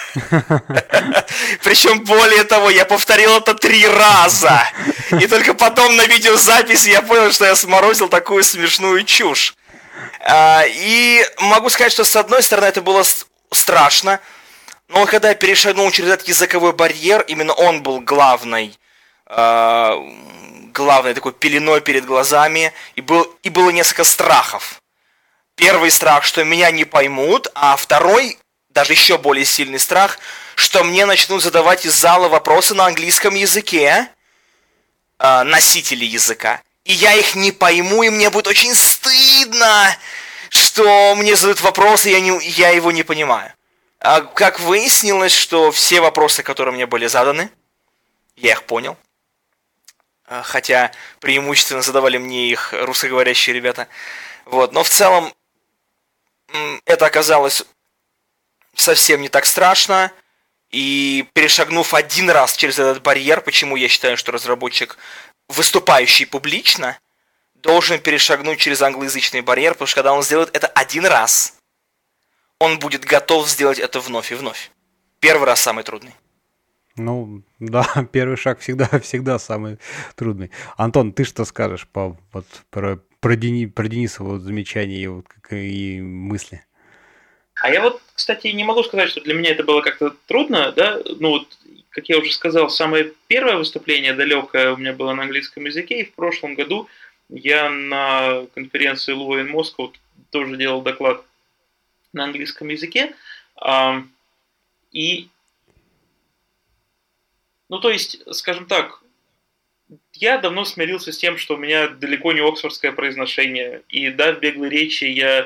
Причем, более того, я повторил это три раза. И только потом на видеозаписи я понял, что я сморозил такую смешную чушь. И могу сказать, что с одной стороны это было страшно, Но когда я перешагнул через этот языковой барьер, именно он был главной, э, главной такой пеленой перед глазами, и, был, и было несколько страхов. Первый страх, что меня не поймут, а второй, даже еще более сильный страх, что мне начнут задавать из зала вопросы на английском языке, э, носители языка, и я их не пойму, и мне будет очень стыдно, что мне задают вопросы, и я, не, я его не понимаю. А как выяснилось, что все вопросы, которые мне были заданы, я их понял. Хотя преимущественно задавали мне их русскоговорящие ребята. Вот. Но в целом это оказалось совсем не так страшно. И перешагнув один раз через этот барьер, почему я считаю, что разработчик, выступающий публично, должен перешагнуть через англоязычный барьер, потому что когда он сделает это один раз, он будет готов сделать это вновь и вновь. Первый раз самый трудный. Ну, да, первый шаг всегда, всегда самый трудный. Антон, ты что скажешь по, вот, про, про, Дени, про Денисову замечание и, вот, и мысли? А я вот, кстати, не могу сказать, что для меня это было как-то трудно, да, ну вот, как я уже сказал, самое первое выступление далекое у меня было на английском языке, и в прошлом году я на конференции Lua in Moscow тоже делал доклад на английском языке, и, ну, то есть, скажем так, я давно смирился с тем, что у меня далеко не оксфордское произношение, и да, в беглой речи я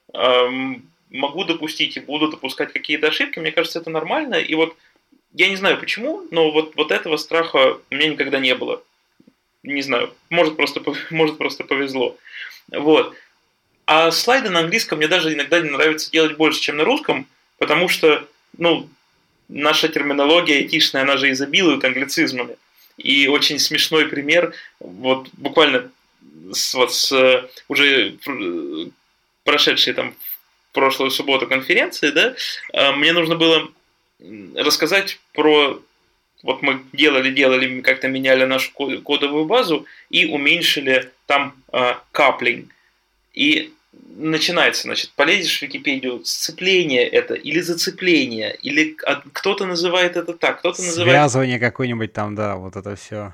эм, могу допустить и буду допускать какие-то ошибки, мне кажется, это нормально, и вот я не знаю почему, но вот, вот этого страха у меня никогда не было. Не знаю, может просто, может просто повезло. Вот. А слайды на английском мне даже иногда не нравится делать больше, чем на русском, потому что, ну, наша терминология айтишная, она же изобилует англицизмами. И очень смешной пример, вот буквально с, вот с уже прошедшей там в прошлую субботу конференции, да, мне нужно было рассказать про... Вот мы делали-делали, как-то меняли нашу кодовую базу и уменьшили там каплинг. И начинается, значит, полезешь в Википедию, сцепление это, или зацепление, или кто-то называет это так, кто-то называет... Связывание какое-нибудь там, да, вот это все.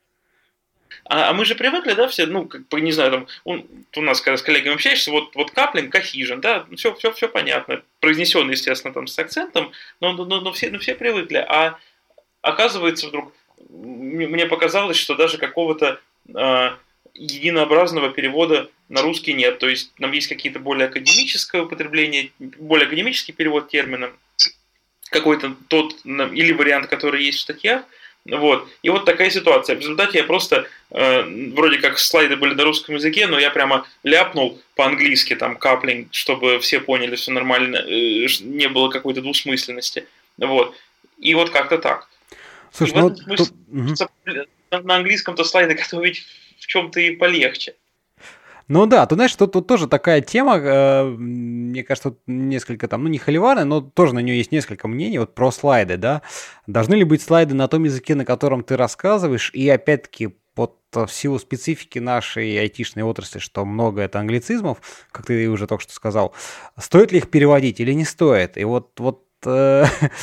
А, а мы же привыкли, да, все, ну, как бы, не знаю, там, у, у нас, когда с коллегами общаешься, вот, вот каплинг, cohesion, да, все, все, все понятно, произнесено, естественно, там, с акцентом, но, но, но, все, но все привыкли, а оказывается, вдруг, мне показалось, что даже какого-то э, единообразного перевода на русский нет. То есть нам есть какие-то более академическое употребление, более академический перевод термина, какой-то тот или вариант, который есть в статьях. Вот. И вот такая ситуация. В результате я просто, э, вроде как слайды были на русском языке, но я прямо ляпнул по-английски там каплинг, чтобы все поняли, все нормально, э, не было какой-то двусмысленности. Вот. И вот как-то так. Слушай, и ну, в этом смысле, тут... на английском-то слайды готовить в чем-то и полегче. Ну да, ты знаешь, тут, тут тоже такая тема, э, мне кажется, тут несколько там, ну не холиварная, но тоже на нее есть несколько мнений, вот про слайды, да. Должны ли быть слайды на том языке, на котором ты рассказываешь, и опять-таки под в силу специфики нашей айтишной отрасли, что много это англицизмов, как ты уже только что сказал, стоит ли их переводить или не стоит? И вот, вот э,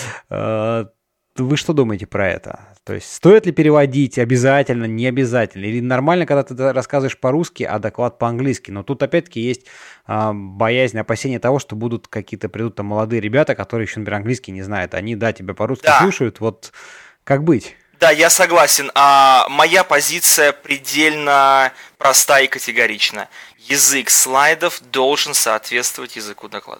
э, вы что думаете про это? То есть стоит ли переводить обязательно, не обязательно? Или нормально, когда ты рассказываешь по-русски, а доклад по-английски? Но тут опять-таки есть а, боязнь, опасение того, что будут какие-то, придут там молодые ребята, которые еще, например, английский не знают. Они, да, тебя по-русски да. слушают. Вот как быть? Да, я согласен. А моя позиция предельно проста и категорична. Язык слайдов должен соответствовать языку доклада.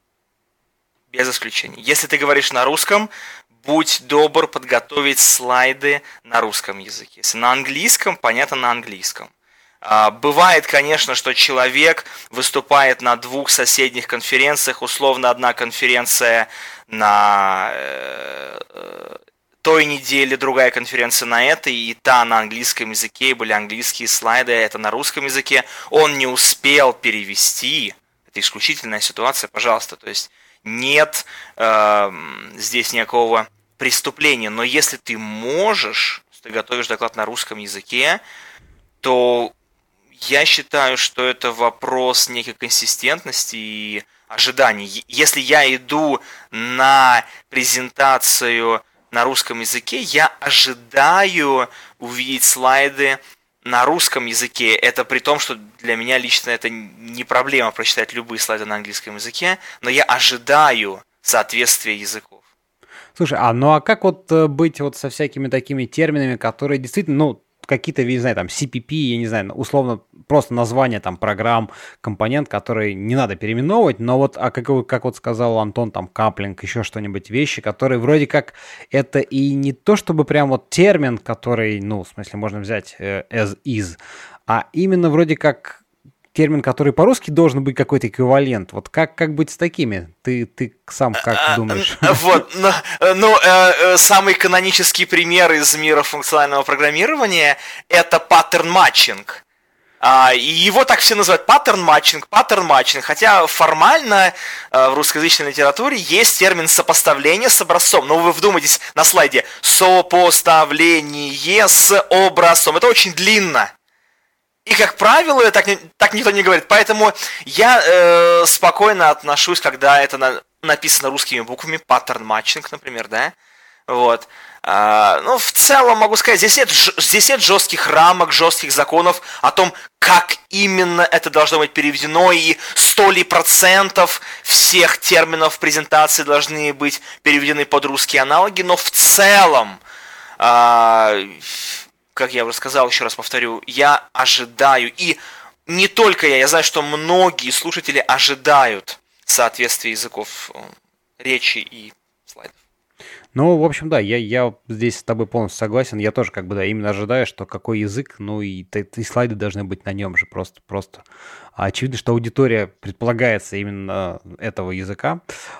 Без исключения. Если ты говоришь на русском, будь добр подготовить слайды на русском языке. Если на английском, понятно, на английском. Бывает, конечно, что человек выступает на двух соседних конференциях, условно одна конференция на той неделе, другая конференция на этой, и та на английском языке, были английские слайды, это на русском языке. Он не успел перевести. Это исключительная ситуация, пожалуйста. То есть нет э, здесь никакого преступления. Но если ты можешь, если ты готовишь доклад на русском языке, то я считаю, что это вопрос некой консистентности и ожиданий. Если я иду на презентацию на русском языке, я ожидаю увидеть слайды на русском языке. Это при том, что для меня лично это не проблема прочитать любые слайды на английском языке, но я ожидаю соответствия языков. Слушай, а ну а как вот быть вот со всякими такими терминами, которые действительно, ну, какие-то, не знаю, там, си пи пи, я не знаю, условно, просто название там программ, компонент, которые не надо переименовывать, но вот, а как, как вот сказал Антон, там, каплинг, еще что-нибудь, вещи, которые вроде как это и не то, чтобы прям вот термин, который, ну, в смысле, можно взять э, as is, а именно вроде как термин, который по-русски должен быть какой-то эквивалент. Вот как, как быть с такими? Ты, ты сам как думаешь? Вот, ну, ну э, самый канонический пример из мира функционального программирования – это паттерн-матчинг. А, и его так все называют паттерн-матчинг, паттерн-матчинг, хотя формально э, в русскоязычной литературе есть термин сопоставление с образцом. Но вы вдумайтесь на слайде «сопоставление с образцом». Это очень длинно. И, как правило, так, так никто не говорит. Поэтому я э, спокойно отношусь, когда это на, написано русскими буквами, паттерн-матчинг, например, да. Вот. А, ну, в целом могу сказать, здесь нет, здесь нет жестких рамок, жестких законов о том, как именно это должно быть переведено, и сто ли процентов всех терминов презентации должны быть переведены под русские аналоги, но в целом... А, как я уже сказал, еще раз повторю, я ожидаю, и не только я, я знаю, что многие слушатели ожидают соответствия языков речи и слайдов. Ну, в общем, да, я, я здесь с тобой полностью согласен. Я тоже как бы, да, именно ожидаю, что какой язык, ну и, и слайды должны быть на нем же просто. просто. Очевидно, что аудитория предполагается именно этого языка.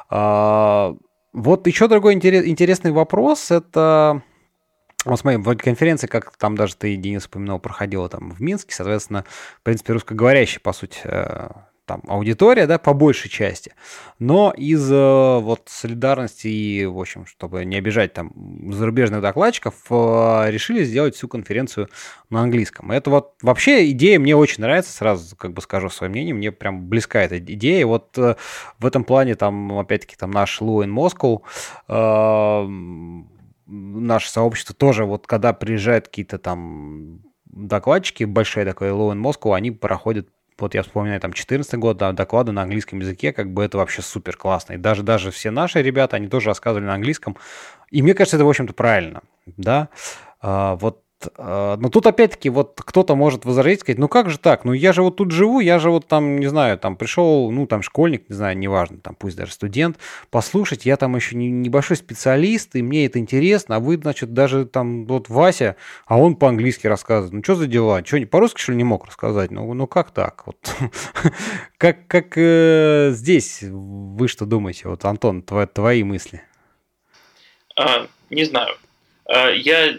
А, вот еще другой интерес, интересный вопрос, это... Вот смотри, вроде конференции, как там даже ты, Денис, упоминал, проходила там в Минске, соответственно, в принципе, русскоговорящая, по сути, там аудитория, да, по большей части. Но из вот солидарности и, в общем, чтобы не обижать там зарубежных докладчиков, решили сделать всю конференцию на английском. Это вот вообще идея мне очень нравится, сразу как бы скажу свое мнение, мне прям близка эта идея. Вот в этом плане там, опять-таки, там наш Law in Moscow, наше сообщество тоже, вот когда приезжают какие-то там докладчики, большие такое Law in Moscow, они проходят, вот я вспоминаю, там, четырнадцатый год, да, доклады на английском языке, как бы это вообще супер классно. И даже, даже все наши ребята, они тоже рассказывали на английском. И мне кажется, это, в общем-то, правильно, да. А, вот, а, но тут, опять-таки, вот кто-то может возразить, сказать, ну как же так, ну я же вот тут живу, я же вот там, не знаю, там пришел, ну там школьник, не знаю, неважно, там пусть даже студент, послушать, я там еще не, небольшой специалист, и мне это интересно, а вы, значит, даже там вот Вася, а он по-английски рассказывает, ну что за дела, что, по-русски, что ли, не мог рассказать, ну, ну как так, вот, как, как э, здесь, вы что думаете, вот, Антон, твои, твои мысли? А, не знаю, а, я...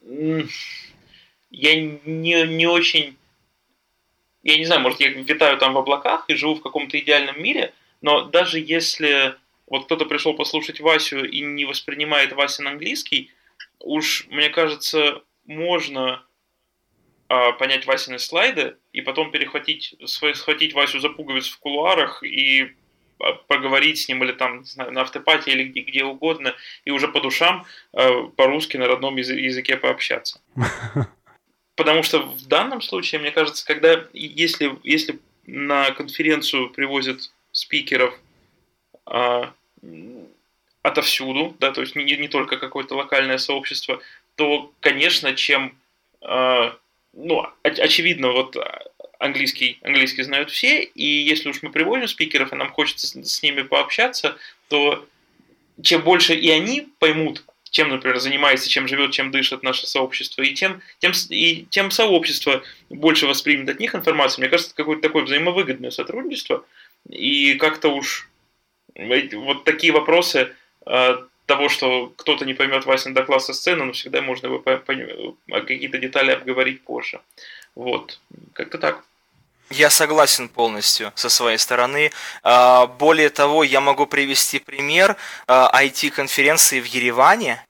Я не, не очень... Я не знаю, может, я витаю там в облаках и живу в каком-то идеальном мире, но даже если вот кто-то пришел послушать Васю и не воспринимает Васин английский, уж, мне кажется, можно а, понять Васины слайды и потом перехватить, схватить Васю за пуговицу в кулуарах и поговорить с ним или там, не знаю, на автопате или где, где угодно, и уже по душам э, по-русски на родном языке пообщаться. Потому что в данном случае, мне кажется, когда, если, если на конференцию привозят спикеров э, отовсюду, да, то есть не, не только какое-то локальное сообщество, то, конечно, чем, э, ну, очевидно, вот английский, английский знают все, и если уж мы приводим спикеров, и нам хочется с, с ними пообщаться, то чем больше и они поймут, чем, например, занимается, чем живет, чем дышит наше сообщество, и тем, тем, и тем сообщество больше воспримет от них информацию. Мне кажется, это какое-то такое взаимовыгодное сотрудничество, и как-то уж вот такие вопросы э, того, что кто-то не поймет Васин доклад со сцены, но всегда можно его по, по, какие-то детали обговорить позже. Вот, как-то так. Я согласен полностью со своей стороны. Более того, я могу привести пример ай ти-конференции в Ереване.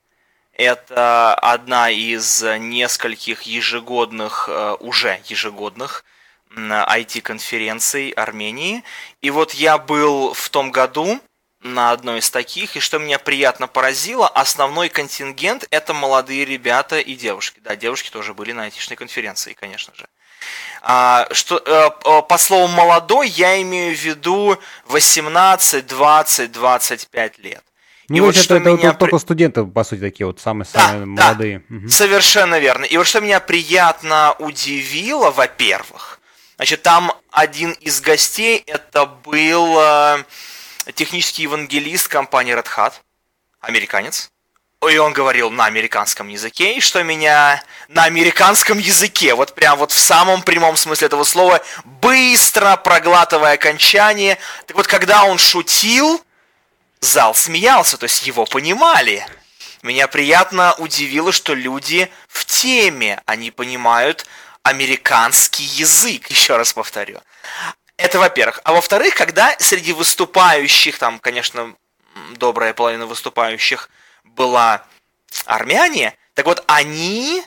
Это одна из нескольких ежегодных, уже ежегодных ай ти-конференций Армении. И вот я был в том году на одной из таких, и что меня приятно поразило, основной контингент – это молодые ребята и девушки. Да, девушки тоже были на айтишной конференции, конечно же. А, что, э, по слову «молодой» я имею в виду восемнадцать, двадцать, двадцать пять лет. Ну, и вот это, это меня... только студенты, по сути, такие вот самые-самые да, молодые. Да, угу. Совершенно верно. И вот что меня приятно удивило, во-первых, значит, там один из гостей, это был э, технический евангелист компании Red Hat, американец. И он говорил на американском языке, и что меня на американском языке, вот прям вот в самом прямом смысле этого слова, быстро проглатывая окончание. Так вот, когда он шутил, зал смеялся, то есть его понимали. Меня приятно удивило, что люди в теме, они понимают американский язык, еще раз повторю. Это во-первых. А во-вторых, когда среди выступающих, там, конечно, добрая половина выступающих была армяне, так вот они,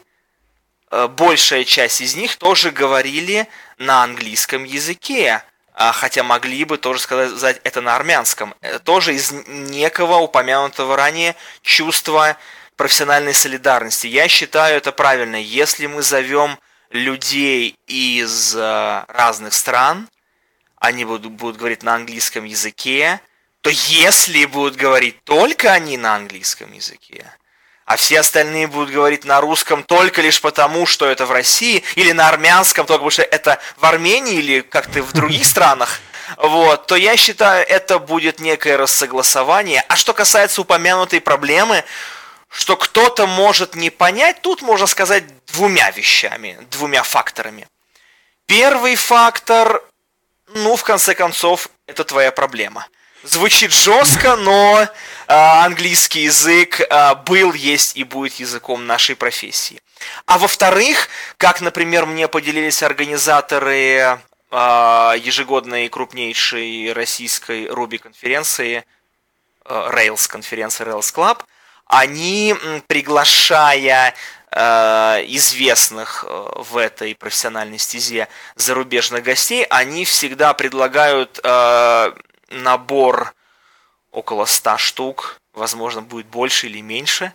большая часть из них тоже говорили на английском языке, хотя могли бы тоже сказать это на армянском. Это тоже из некого упомянутого ранее чувства профессиональной солидарности. Я считаю это правильно. Если мы зовем людей из разных стран, они будут, будут говорить на английском языке, то если будут говорить только они на английском языке, а все остальные будут говорить на русском только лишь потому, что это в России, или на армянском только потому, что это в Армении, или как-то в других странах, вот, то я считаю, это будет некое рассогласование. А что касается упомянутой проблемы, что кто-то может не понять, тут можно сказать двумя вещами, двумя факторами. Первый фактор, ну, в конце концов, это твоя проблема. Звучит жестко, но э, английский язык э, был, есть и будет языком нашей профессии. А во-вторых, как, например, мне поделились организаторы э, ежегодной крупнейшей российской Ruby-конференции, э, Rails-конференции Rails Club, они, приглашая э, известных э, в этой профессиональной стезе зарубежных гостей, они всегда предлагают... Э, набор около ста штук, возможно, будет больше или меньше,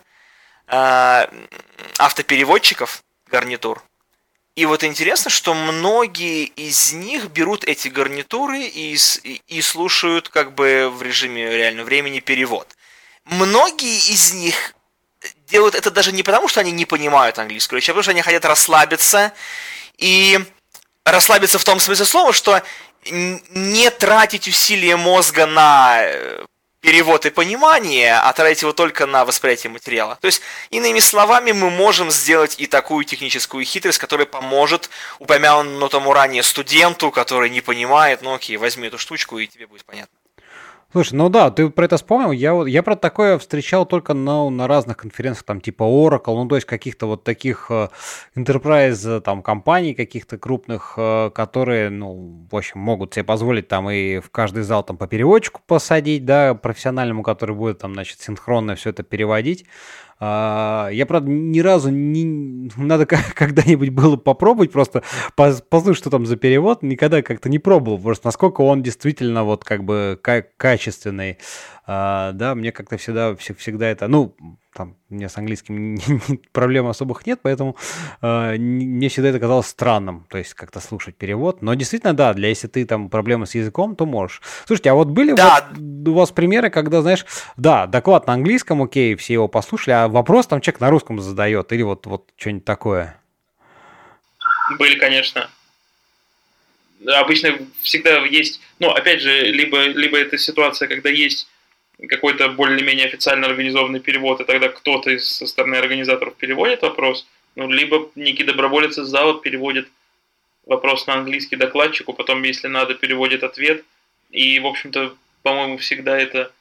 автопереводчиков, гарнитур. И вот интересно, что многие из них берут эти гарнитуры и, и слушают как бы в режиме реального времени перевод. Многие из них делают это даже не потому, что они не понимают английскую речь, а потому что они хотят расслабиться. И расслабиться в том смысле слова, что не тратить усилия мозга на перевод и понимание, а тратить его только на восприятие материала. То есть, иными словами, мы можем сделать и такую техническую хитрость, которая поможет упомянутому ранее студенту, который не понимает, ну окей, возьми эту штучку, и тебе будет понятно. Слушай, ну да, ты про это вспомнил. Я, вот, я про такое встречал только на, на разных конференциях, там типа Oracle, ну то есть каких-то вот таких э, enterprise там компаний каких-то крупных, э, которые, ну, в общем, могут себе позволить там и в каждый зал там по переводчику посадить, да, профессиональному, который будет там, значит, синхронно все это переводить. Я, правда, ни разу не... Надо когда-нибудь было попробовать, просто послушать, что там за перевод. Никогда как-то не пробовал, просто насколько он действительно вот как бы качественный. Да, мне как-то всегда, всегда это... Ну, там, у меня с английским проблем особых нет, поэтому э, мне всегда это казалось странным, то есть как-то слушать перевод. Но действительно, да, для если ты там проблемы с языком, то можешь. Слушайте, а вот были да. вот у вас примеры, когда, знаешь, да, доклад на английском, окей, все его послушали, а вопрос там человек на русском задает, или вот, вот что-нибудь такое? Были, конечно. Обычно всегда есть, ну, опять же, либо, либо это ситуация, когда есть какой-то более-менее официально организованный перевод, и тогда кто-то из, со стороны организаторов переводит вопрос, ну, либо некий доброволец из зала переводит вопрос на английский докладчику, потом, если надо, переводит ответ, и, в общем-то, по-моему, всегда это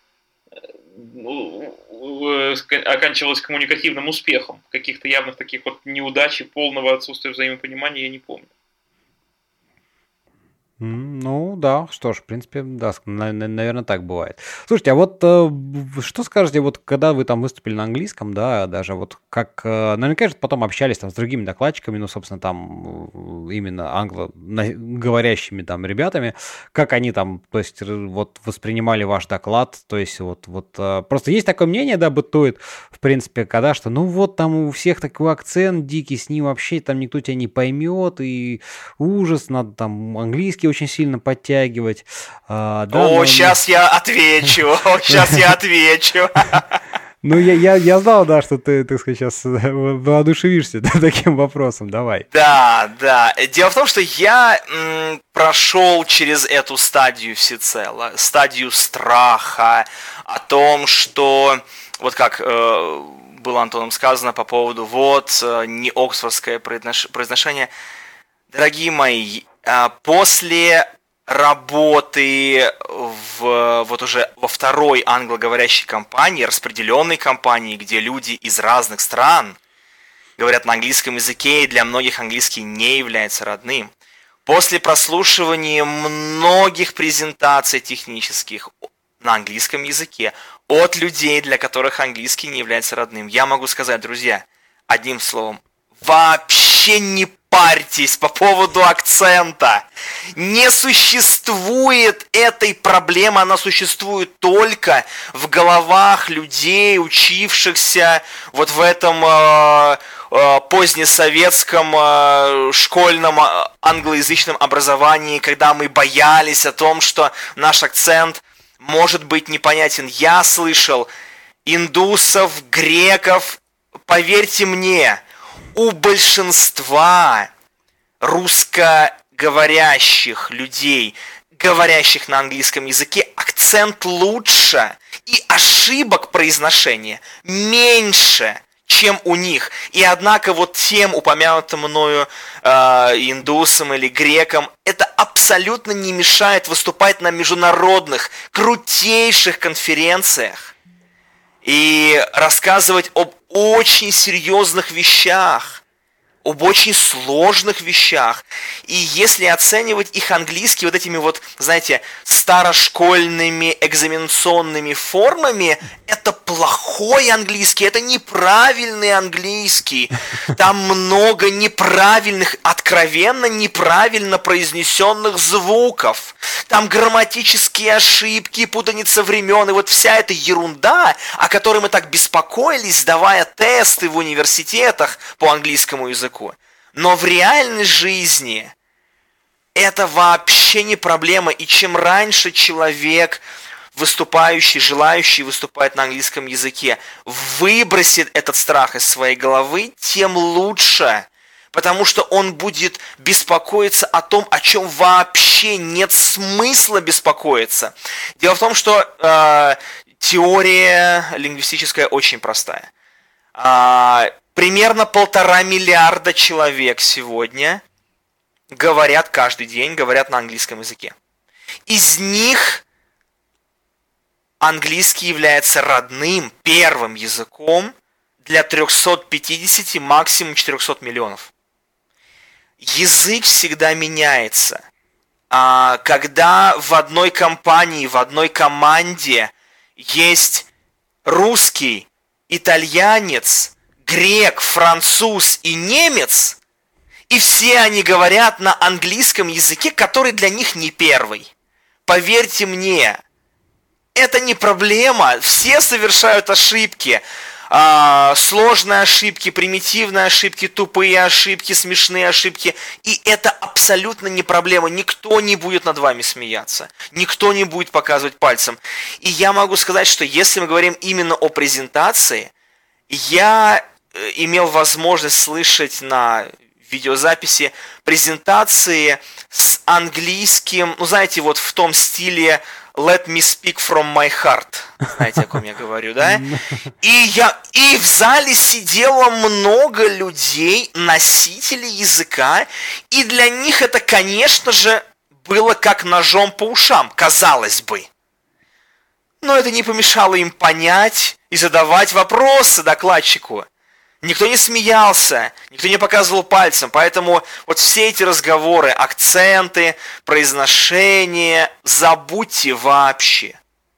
оканчивалось коммуникативным успехом. Каких-то явных таких вот неудач и полного отсутствия взаимопонимания я не помню. Ну да, что ж, в принципе, да, наверное, так бывает. Слушайте, а вот э, что скажете, вот когда вы там выступили на английском, да, даже вот как, э, наверняка же потом общались там с другими докладчиками, ну, собственно, там э, именно англоговорящими там ребятами, как они там, то есть вот воспринимали ваш доклад, то есть вот, вот э, просто есть такое мнение, да, бытует, в принципе, когда что, ну вот там у всех такой акцент дикий, с ним вообще там никто тебя не поймет, и ужас, надо там английский очень сильно подтягивать. А, да, О, но... сейчас я отвечу, сейчас я отвечу. Ну, я, я, я знал, да, что ты, так сказать, сейчас воодушевишься да, таким вопросом, давай. Да, да. Дело в том, что я м, прошел через эту стадию всецело, стадию страха, о том, что, вот как э, было Антоном сказано по поводу, вот, э, не оксфордское произношение. Дорогие мои, э, после работы в, вот уже во второй англоговорящей компании, распределенной компании, где люди из разных стран говорят на английском языке, и для многих английский не является родным. После прослушивания многих презентаций технических на английском языке от людей, для которых английский не является родным, я могу сказать, друзья, одним словом, вообще не парьтесь по поводу акцента. Не существует этой проблемы, она существует только в головах людей, учившихся вот в этом э, э, позднесоветском э, школьном э, англоязычном образовании, когда мы боялись о том, что наш акцент может быть непонятен. Я слышал индусов, греков, поверьте мне, у большинства русскоговорящих людей, говорящих на английском языке, акцент лучше и ошибок произношения меньше, чем у них. И однако вот тем упомянутым мною э, индусам или грекам это абсолютно не мешает выступать на международных, крутейших конференциях и рассказывать об очень серьезных вещах, об очень сложных вещах. И если оценивать их английский вот этими вот, знаете, старошкольными экзаменационными формами, это плохой английский, это неправильный английский. Там много неправильных, откровенно неправильно произнесенных звуков. Там грамматические ошибки, путаница времен, и вот вся эта ерунда, о которой мы так беспокоились, сдавая тесты в университетах по английскому языку. Но в реальной жизни это вообще не проблема, и чем раньше человек, выступающий, желающий выступать на английском языке, выбросит этот страх из своей головы, тем лучше. Потому что он будет беспокоиться о том, о чем вообще нет смысла беспокоиться. Дело в том, что э, теория лингвистическая очень простая. Э, примерно полтора миллиарда человек сегодня говорят каждый день, говорят на английском языке. Из них английский является родным, первым языком для триста пятьдесят, максимум четыреста миллионов. Язык всегда меняется. А когда в одной компании, в одной команде есть русский, итальянец, грек, француз и немец, и все они говорят на английском языке, который для них не первый. Поверьте мне, это не проблема. Все совершают ошибки. А, сложные ошибки, примитивные ошибки, тупые ошибки, смешные ошибки. И это абсолютно не проблема. Никто не будет над вами смеяться. Никто не будет показывать пальцем. И я могу сказать, что если мы говорим именно о презентации, я имел возможность слышать на видеозаписи презентации с английским, ну знаете, вот в том стиле Let me speak from my heart. Знаете, о ком я говорю, да? И, я, и в зале сидело много людей, носителей языка, и для них это, конечно же, было как ножом по ушам, казалось бы. Но это не помешало им понять и задавать вопросы докладчику. Никто не смеялся, никто не показывал пальцем, поэтому вот все эти разговоры, акценты, произношение, забудьте вообще.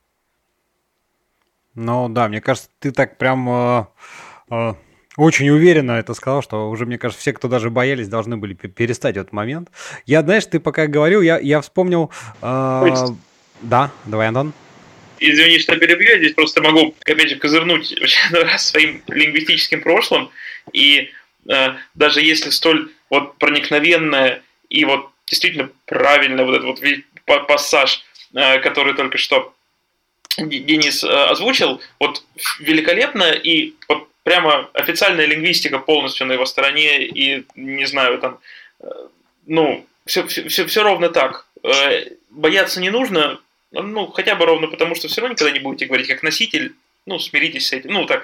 Ну да, мне кажется, ты так прям э, э, очень уверенно это сказал, что уже, мне кажется, все, кто даже боялись, должны были перестать в этот момент. Я, знаешь, ты пока говорил, я, я вспомнил... Э, да, давай, Антон. Извини, что перебью, я здесь просто могу, опять же, козырнуть своим лингвистическим прошлым, и э, даже если столь вот проникновенная и вот действительно правильно вот этот вот пассаж, э, который только что Денис э, озвучил, вот великолепно, и вот прямо официальная лингвистика полностью на его стороне, и не знаю, там, э, ну, все, все, все ровно так. Э, бояться не нужно. Ну, хотя бы ровно потому, что все равно никогда не будете говорить как носитель. Ну, смиритесь с этим. Ну, так.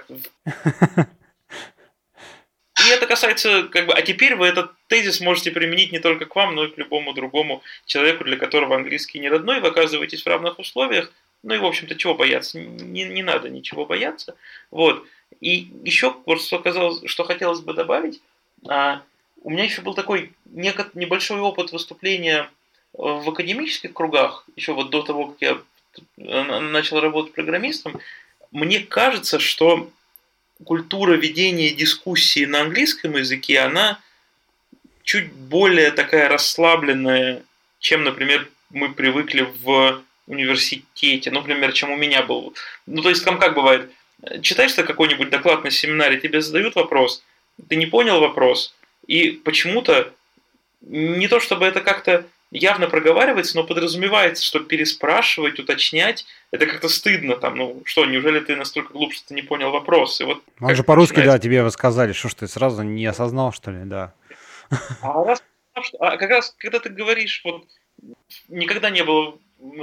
И это касается, как бы, а теперь вы этот тезис можете применить не только к вам, но и к любому другому человеку, для которого английский не родной. Вы оказываетесь в равных условиях. Ну и, в общем-то, чего бояться? Не, не надо ничего бояться. Вот. И еще, вот что, казалось, что хотелось бы добавить, а, у меня еще был такой некот, небольшой опыт выступления в академических кругах, еще вот до того, как я начал работать программистом. Мне кажется, что культура ведения дискуссии на английском языке, она чуть более такая расслабленная, чем, например, мы привыкли в университете, например, чем у меня был. Ну, то есть, там как бывает, читаешь ты какой-нибудь доклад на семинаре, тебе задают вопрос, ты не понял вопрос, и почему-то не то чтобы это как-то явно проговаривается, но подразумевается, что переспрашивать, уточнять, это как-то стыдно. Там, ну что, неужели ты настолько глуп, что ты не понял вопрос? И вот Он же по-русски, начинается... да, тебе рассказали, что ж ты сразу не осознал, что ли, да. А, раз, а как раз, когда ты говоришь, вот никогда не было,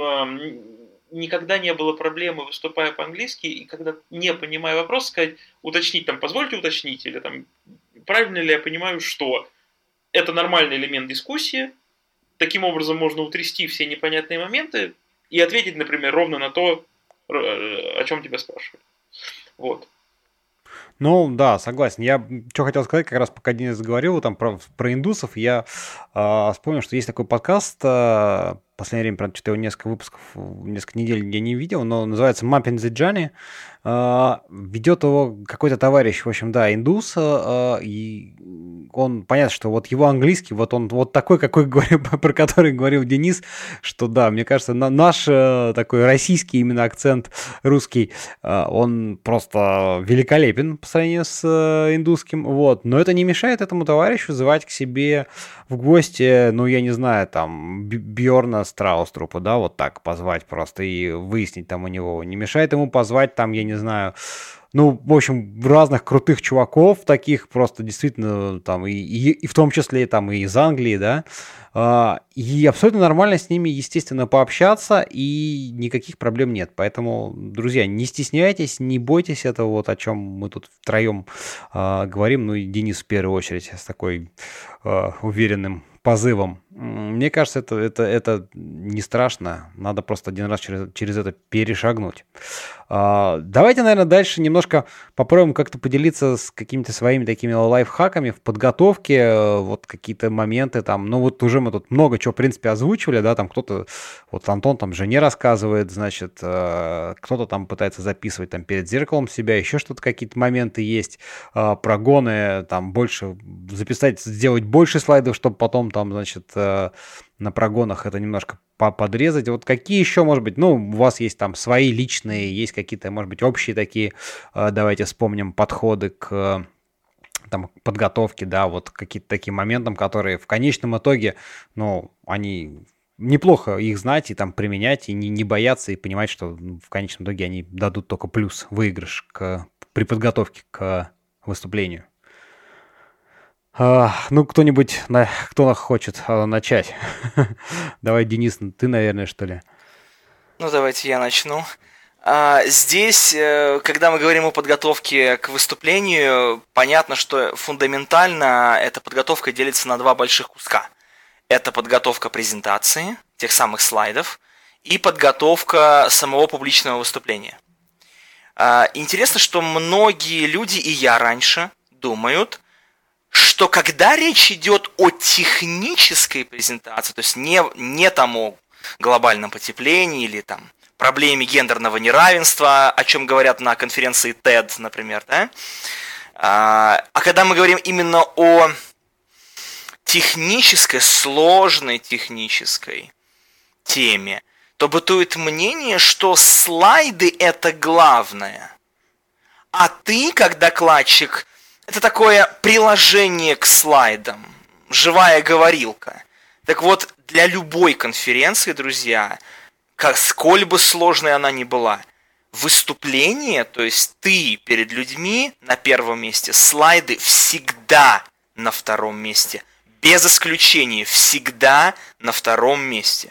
никогда не было проблемы, выступая по-английски, и когда не понимая вопрос, сказать, уточнить, там, позвольте уточнить, или там, правильно ли я понимаю, что это нормальный элемент дискуссии. Таким образом можно утрясти все непонятные моменты и ответить, например, ровно на то, о чем тебя спрашивают. Вот. Ну, да, согласен. Я что хотел сказать, как раз пока Денис говорил там про, про индусов, я э, вспомнил, что есть такой подкаст, э, в последнее время, правда, что-то его несколько выпусков, несколько недель я не видел, но называется Mapping the Journey. Э, ведет его какой-то товарищ, в общем, да, индус, э, и он, понятно, что вот его английский, вот он вот такой, какой говорил, про который говорил Денис, что да, мне кажется, на, наш э, такой российский именно акцент русский, э, он просто великолепен по сравнению с э, индусским, вот, но это не мешает этому товарищу звать к себе в гости, ну, я не знаю, там, Бьорна Страуструпа, да, вот так позвать просто и выяснить там у него, не мешает ему позвать там, я не знаю, ну, в общем, разных крутых чуваков, таких просто действительно там, и, и, и в том числе там и из Англии, да, и абсолютно нормально с ними, естественно, пообщаться, и никаких проблем нет. Поэтому, друзья, не стесняйтесь, не бойтесь этого, вот о чем мы тут втроем э, говорим, ну и Денис в первую очередь с такой э, уверенным позывом. Мне кажется, это, это, это не страшно, надо просто один раз через, через это перешагнуть. А, давайте, наверное, дальше немножко попробуем как-то поделиться с какими-то своими такими лайфхаками в подготовке, вот какие-то моменты там, ну вот уже мы тут много чего, в принципе, озвучивали, да, там кто-то, вот Антон там жене рассказывает, значит, кто-то там пытается записывать там перед зеркалом себя, еще что-то, какие-то моменты есть, прогоны, там больше записать, сделать больше слайдов, чтобы потом там, значит, на прогонах это немножко подрезать. Вот какие еще, может быть, ну, у вас есть там свои личные, есть какие-то, может быть, общие такие, давайте вспомним, подходы к там, подготовке, да, вот какие-то такие моменты, которые в конечном итоге, ну, они неплохо их знать и там применять, и не, не бояться, и понимать, что в конечном итоге они дадут только плюс, выигрыш к, при подготовке к выступлению. Uh, ну, кто-нибудь, на, кто хочет uh, начать? Давай, Денис, ты, наверное, что ли? Ну, давайте я начну. Uh, здесь, uh, когда мы говорим о подготовке к выступлению, понятно, что фундаментально эта подготовка делится на два больших куска. Это подготовка презентации, тех самых слайдов, и подготовка самого публичного выступления. Uh, интересно, что многие люди, и я раньше, думают, что когда речь идет о технической презентации, то есть не, не там о глобальном потеплении или там проблеме гендерного неравенства, о чем говорят на конференции тед, например, да? А, а когда мы говорим именно о технической, сложной технической теме, то бытует мнение, что слайды – это главное. А ты, как докладчик, это такое приложение к слайдам, живая говорилка. Так вот, для любой конференции, друзья, как, сколь бы сложной она ни была, выступление, то есть ты перед людьми на первом месте, слайды всегда на втором месте. Без исключения, всегда на втором месте.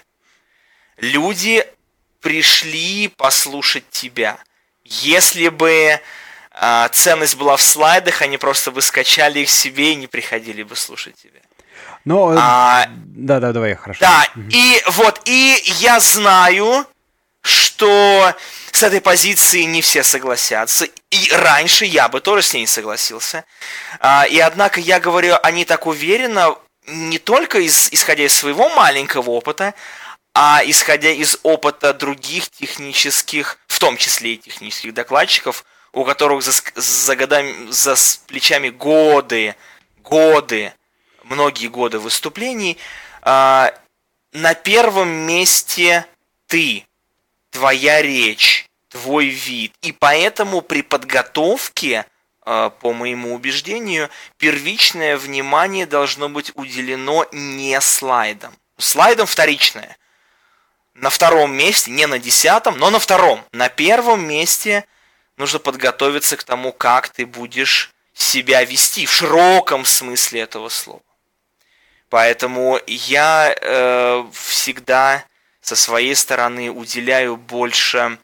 Люди пришли послушать тебя. Если бы э, ценность была в слайдах, они просто бы скачали их себе и не приходили бы слушать тебя. Ну, а, да, да, давай, хорошо. Да, и вот, и я знаю, что с этой позиции не все согласятся. И раньше я бы тоже с ней не согласился. А, и однако я говорю, они так уверенно, не только из, исходя из своего маленького опыта, а исходя из опыта других технических, в том числе и технических докладчиков, у которых за, за, годами, за плечами годы, годы, многие годы выступлений, э, на первом месте ты, твоя речь, твой вид. И поэтому при подготовке, э, по моему убеждению, первичное внимание должно быть уделено не слайдам. Слайдам вторичное. На втором месте, не на десятом, но на втором. На первом месте нужно подготовиться к тому, как ты будешь себя вести в широком смысле этого слова. Поэтому я э, всегда со своей стороны уделяю больше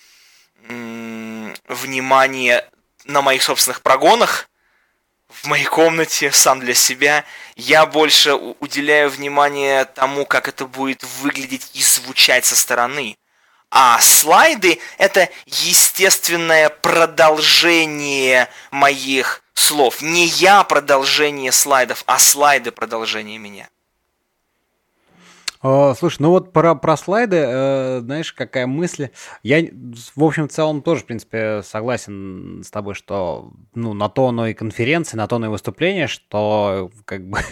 м- внимания на моих собственных прогонах, в моей комнате, сам для себя. Я больше уделяю внимание тому, как это будет выглядеть и звучать со стороны. А слайды – это естественное продолжение моих слов. Не я продолжение слайдов, а слайды продолжение меня. О, слушай, ну вот про, про слайды, э, знаешь, какая мысль. Я, в общем, в целом тоже, в принципе, согласен с тобой, что ну, на то оно и конференции, на то оно и выступление, что как бы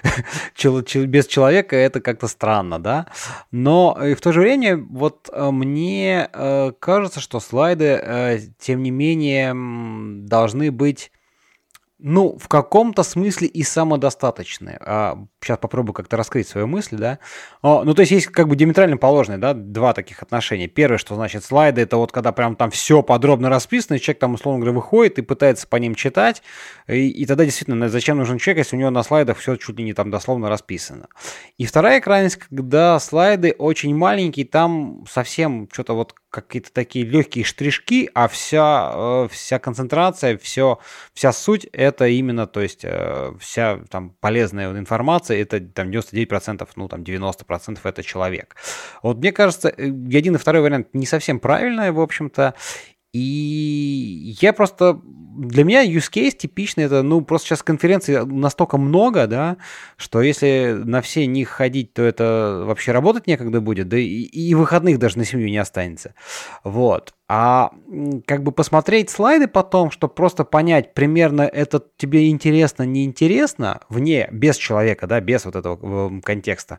без человека это как-то странно, да. Но и в то же время вот мне э, кажется, что слайды, э, тем не менее, должны быть... Ну, в каком-то смысле и самодостаточные. А, сейчас попробую как-то раскрыть свою мысль, да. О, ну, то есть есть как бы диаметрально положенные, да, два таких отношения. Первое, что значит слайды, это вот когда прям там все подробно расписано, и человек там, условно говоря, выходит и пытается по ним читать, и, и тогда действительно, зачем нужен человек, если у него на слайдах все чуть ли не там дословно расписано. И вторая крайность, когда слайды очень маленькие, там совсем что-то вот какие-то такие легкие штришки, а вся, э, вся концентрация, все, вся суть это именно, то есть э, вся там полезная информация, это там девяносто девять процентов, ну там девяносто процентов это человек. Вот мне кажется, один и второй вариант не совсем правильный, в общем-то. И я просто... Для меня use case типичный, это, ну, просто сейчас конференций настолько много, да, что если на все них ходить, то это вообще работать некогда будет, да и, и выходных даже на семью не останется. Вот. А как бы посмотреть слайды потом, чтобы просто понять, примерно это тебе интересно, неинтересно, вне, без человека, да, без вот этого контекста,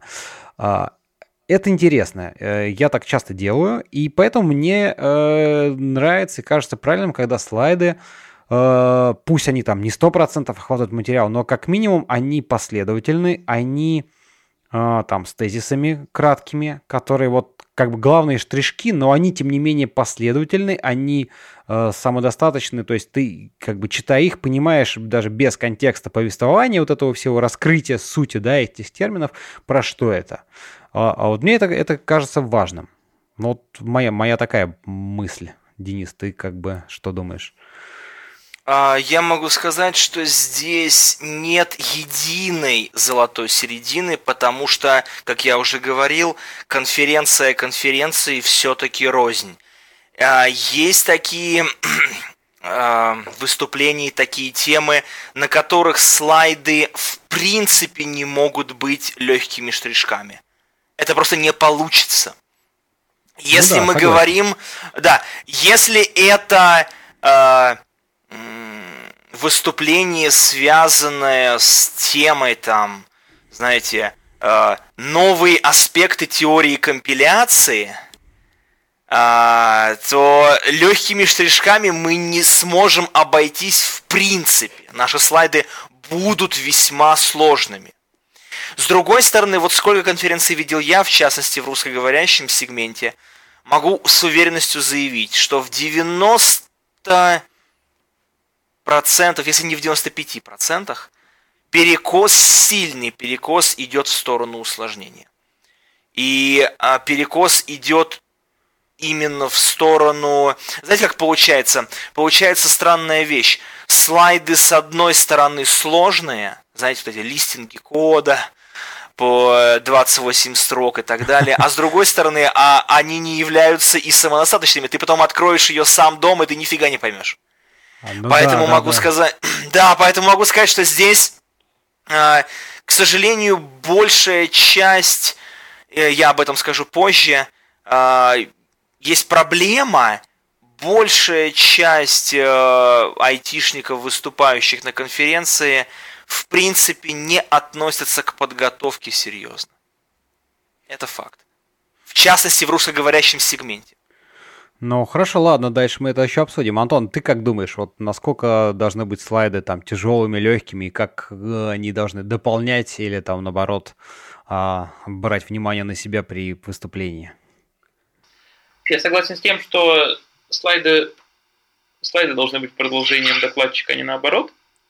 это интересно. Я так часто делаю, и поэтому мне э, нравится и кажется правильным, когда слайды, э, пусть они там не сто процентов охватывают материал, но как минимум они последовательны, они э, там с тезисами краткими, которые вот как бы главные штришки, но они тем не менее последовательны, они э, самодостаточны, то есть ты как бы читая их, понимаешь даже без контекста повествования, вот этого всего раскрытия сути, да, этих терминов, про что это. А, а вот мне это, это кажется важным. Ну, вот моя, моя такая мысль. Денис, ты как бы что думаешь? Я могу сказать, что здесь нет единой золотой середины, потому что, как я уже говорил, конференция конференции все-таки рознь. Есть такие э, выступлений такие темы, на которых слайды в принципе не могут быть легкими штришками. Это просто не получится. Если ну да, мы согласен. говорим, да, если это э, выступление, связанное с темой, там, знаете, э, новые аспекты теории компиляции, э, то легкими штришками мы не сможем обойтись в принципе. Наши слайды будут весьма сложными. С другой стороны, вот сколько конференций видел я, в частности в русскоговорящем сегменте, могу с уверенностью заявить, что в девяноста процентах, если не в девяноста пяти процентах, перекос, сильный перекос идет в сторону усложнения. И а, перекос идет именно в сторону... Знаете, как получается? Получается странная вещь. Слайды с одной стороны сложные, знаете, вот эти листинги кода по двадцать восемь строк и так далее, а с другой стороны, а они не являются и самодостаточными. Ты потом откроешь ее сам дома, и ты нифига не поймешь. А, ну поэтому да, могу да, сказать, да, поэтому могу сказать, что здесь, э, к сожалению, большая часть, э, я об этом скажу позже, э, есть проблема. Большая часть э, айтишников, выступающих на конференции, в принципе, не относятся к подготовке серьезно. Это факт. В частности, в русскоговорящем сегменте. Ну, хорошо, ладно, дальше мы это еще обсудим. Антон, ты как думаешь, вот насколько должны быть слайды там тяжелыми, легкими, и как они должны дополнять или там, наоборот, брать внимание на себя при выступлении? Я согласен с тем, что слайды, слайды должны быть продолжением докладчика, а не наоборот.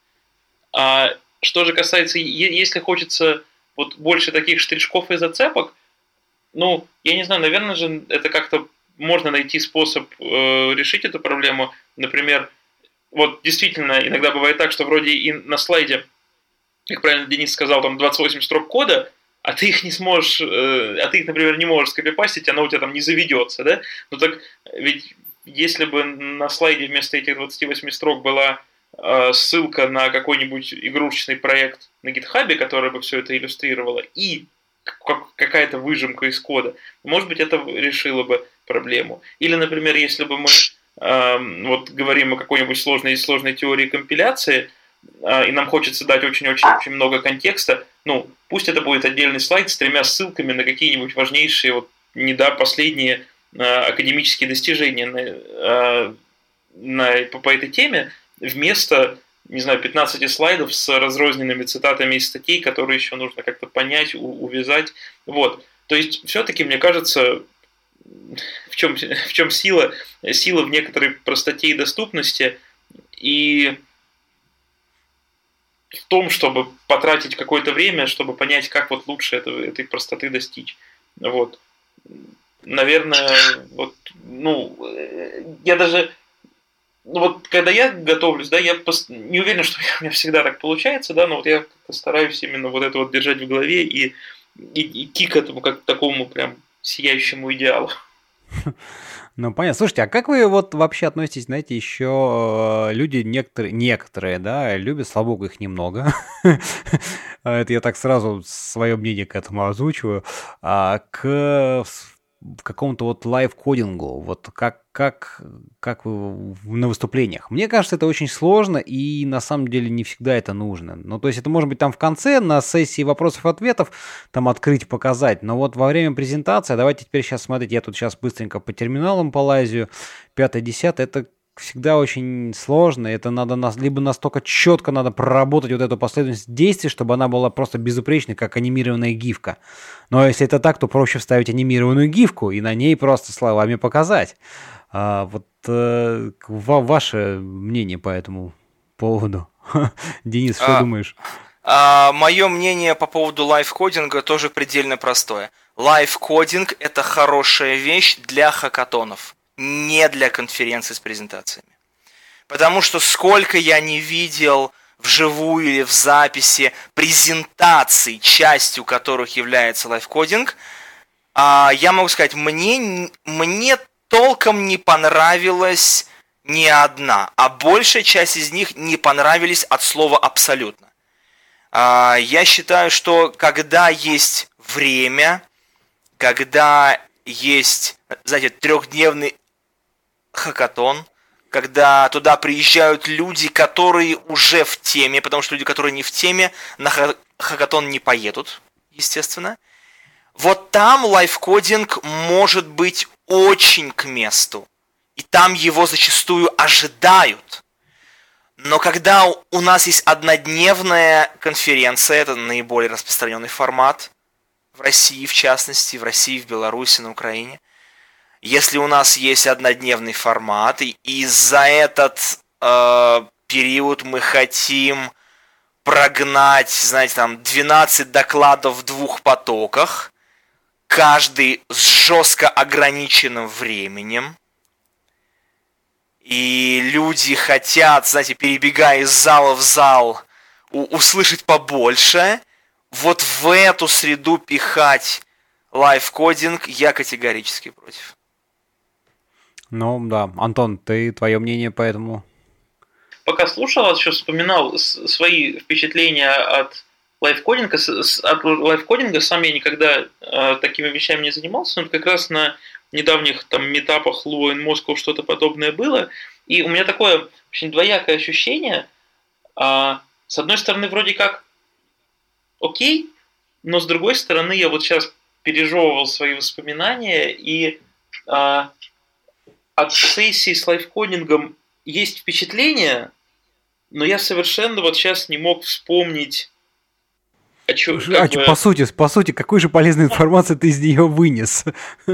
А что же касается, если хочется вот больше таких штришков и зацепок, ну, я не знаю, наверное же, это как-то можно найти способ э, решить эту проблему. Например, вот действительно, иногда бывает так, что вроде и на слайде, как правильно Денис сказал, там двадцать восемь строк кода, а ты их не сможешь, э, а ты их, например, не можешь скопипастить, оно у тебя там не заведется, да? Ну так, ведь если бы на слайде вместо этих двадцати восьми строк была э, ссылка на какой-нибудь игрушечный проект на GitHub, который бы все это иллюстрировало, и какая-то выжимка из кода, может быть, это решило бы проблему. Или, например, если бы мы э, вот говорим о какой-нибудь сложной сложной теории компиляции, э, и нам хочется дать очень-очень-очень много контекста, ну, пусть это будет отдельный слайд с тремя ссылками на какие-нибудь важнейшие, вот, не да, последние э, академические достижения на, э, на, по, по этой теме, вместо, не знаю, пятнадцати слайдов с разрозненными цитатами из статей, которые еще нужно как-то понять, у, увязать. Вот. То есть, все-таки, мне кажется, в чем, в чем сила? Сила в некоторой простоте и доступности, и в том, чтобы потратить какое-то время, чтобы понять, как вот лучше это, этой простоты достичь. Вот. Наверное, вот, ну, я даже, ну вот, когда я готовлюсь, да, я пост... не уверен, что у меня всегда так получается, да, но вот я как-то стараюсь именно вот это вот держать в голове и, и идти к этому как к такому прям сияющему идеалу. Ну, понятно. Слушайте, а как вы вот вообще относитесь, знаете, еще люди некоторые, некоторые, да, любят, слава богу, их немного. Это я так сразу свое мнение к этому озвучиваю. К какому-то вот лайв-кодингу, вот как, как, как вы на выступлениях. Мне кажется, это очень сложно, и на самом деле не всегда это нужно. Ну, то есть это может быть там в конце, на сессии вопросов-ответов, там открыть, показать, но вот во время презентации, давайте теперь сейчас смотреть, я тут сейчас быстренько по терминалам полазию, пятое-десятое, это всегда очень сложно, это надо нас, либо настолько четко надо проработать вот эту последовательность действий, чтобы она была просто безупречной, как анимированная гифка. Но если это так, то проще вставить анимированную гифку и на ней просто словами показать. А, вот э, ваше мнение по этому поводу? Денис, что а, думаешь? А, мое мнение по поводу лайв-кодинга тоже предельно простое. Лайв-кодинг – это хорошая вещь для хакатонов. Не для конференций с презентациями. Потому что сколько я не видел вживую или в записи презентаций, частью которых является лайфкодинг, я могу сказать, мне, мне толком не понравилось Не одна, а большая часть из них не понравились от слова абсолютно. Я считаю, что когда есть время, когда есть, знаете, трехдневный хакатон, когда туда приезжают люди, которые уже в теме, потому что люди, которые не в теме, на хакатон не поедут, естественно. Вот там лайфкодинг может быть очень к месту. И там его зачастую ожидают. Но когда у нас есть однодневная конференция, это наиболее распространенный формат, в России в частности, в России, в Беларуси, на Украине, если у нас есть однодневный формат, и, и за этот э, период мы хотим прогнать, знаете, там двенадцать докладов в двух потоках, каждый с жестко ограниченным временем, и люди хотят, знаете, перебегая из зала в зал, у- услышать побольше, вот в эту среду пихать лайфкодинг я категорически против. Ну да, Антон, ты твое мнение по этому? Пока слушал, еще вспоминал свои впечатления от лайфкодинга. От лайфкодинга сам я никогда э, такими вещами не занимался, но как раз на недавних там митапах Lua in Moscow что-то подобное было. И у меня такое очень двоякое ощущение. А, с одной стороны, вроде как окей, но с другой стороны, я вот сейчас пережевывал свои воспоминания, и а, от сессии с лайфкодингом есть впечатление, но я совершенно вот сейчас не мог вспомнить, о чё, А, бы... по сути, по сути, какой же полезной информации ты из нее вынес?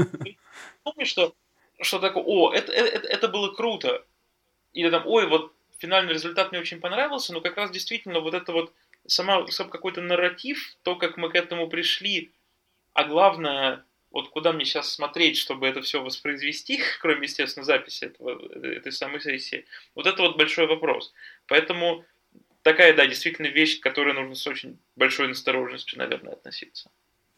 Помню, что, что такое, о, это, это, это было круто. Или там, ой, вот финальный результат мне очень понравился, но как раз действительно вот это вот сама, сам какой-то нарратив, то, как мы к этому пришли, а главное, вот куда мне сейчас смотреть, чтобы это все воспроизвести, кроме, естественно, записи этого, этой самой сессии, вот это вот большой вопрос. Поэтому такая, да, действительно вещь, к которой нужно с очень большой настороженностью, наверное, относиться.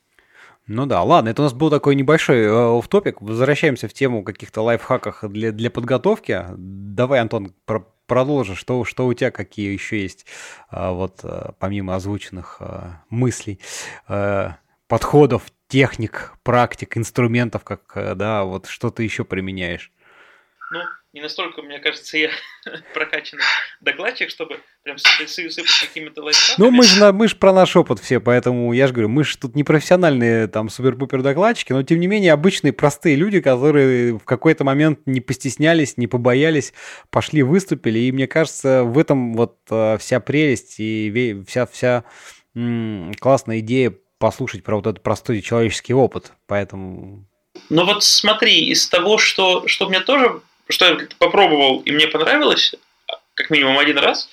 Ну да, ладно, это у нас был такой небольшой офф-топик. Возвращаемся в тему каких-то лайфхаках для, для подготовки. Давай, Антон, про- продолжи, что, что у тебя, какие еще есть, а, вот, а, помимо озвученных а, мыслей, а, подходов, техник, практик, инструментов, как, а, да, вот что ты еще применяешь? Ну, не настолько, мне кажется, я прокачанный докладчик, чтобы прям сыпать какими-то лайфхаками. Ну, мы же мы ж про наш опыт все, поэтому я же говорю, мы же тут не профессиональные там супер-пупер докладчики, но тем не менее обычные простые люди, которые в какой-то момент не постеснялись, не побоялись, пошли, выступили, и мне кажется, в этом вот вся прелесть и вся, вся м- классная идея послушать про вот этот простой человеческий опыт, поэтому... Ну вот смотри, из того, что, что мне тоже... что я попробовал и мне понравилось, как минимум один раз,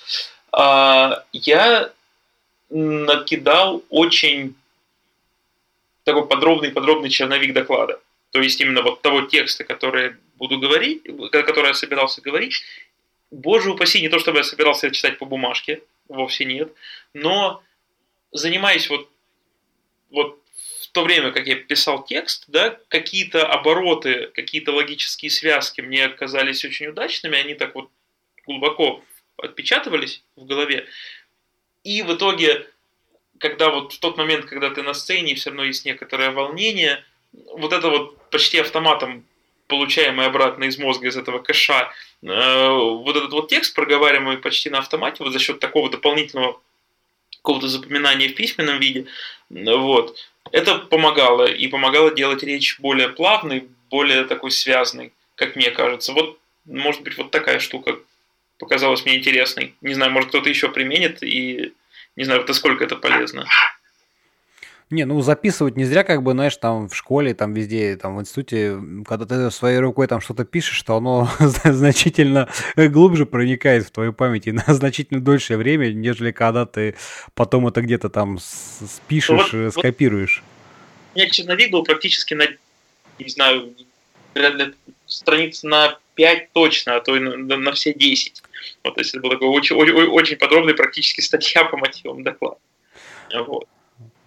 я накидал очень такой подробный-подробный черновик доклада. То есть именно вот того текста, который я буду говорить, который я собирался говорить. Боже упаси, не то чтобы я собирался это читать по бумажке, вовсе нет, но занимаясь вот, вот в то время, как я писал текст, да, какие-то обороты, какие-то логические связки мне оказались очень удачными, они так вот глубоко отпечатывались в голове. И в итоге, когда вот в тот момент, когда ты на сцене, все равно есть некоторое волнение, вот это вот почти автоматом получаемый обратно из мозга, из этого кэша, э, вот этот вот текст, проговариваемый почти на автомате, вот за счет такого дополнительного какого-то запоминания в письменном виде, вот, это помогало, и помогало делать речь более плавной, более такой связной, как мне кажется. Вот, может быть, вот такая штука показалась мне интересной. Не знаю, может, кто-то еще применит, и не знаю, насколько это полезно. Не, ну записывать не зря, как бы, знаешь, там в школе, там везде, там в институте, когда ты своей рукой там что-то пишешь, то оно значительно глубже проникает в твою память и на значительно дольшее время, нежели когда ты потом это где-то там спишешь, вот, скопируешь. Вот у меня черновик был практически на, не знаю, страниц на пять точно, а то и на, на все десять. Вот, то есть это был такой очень, очень, очень подробный практически статья по мотивам доклада. Вот.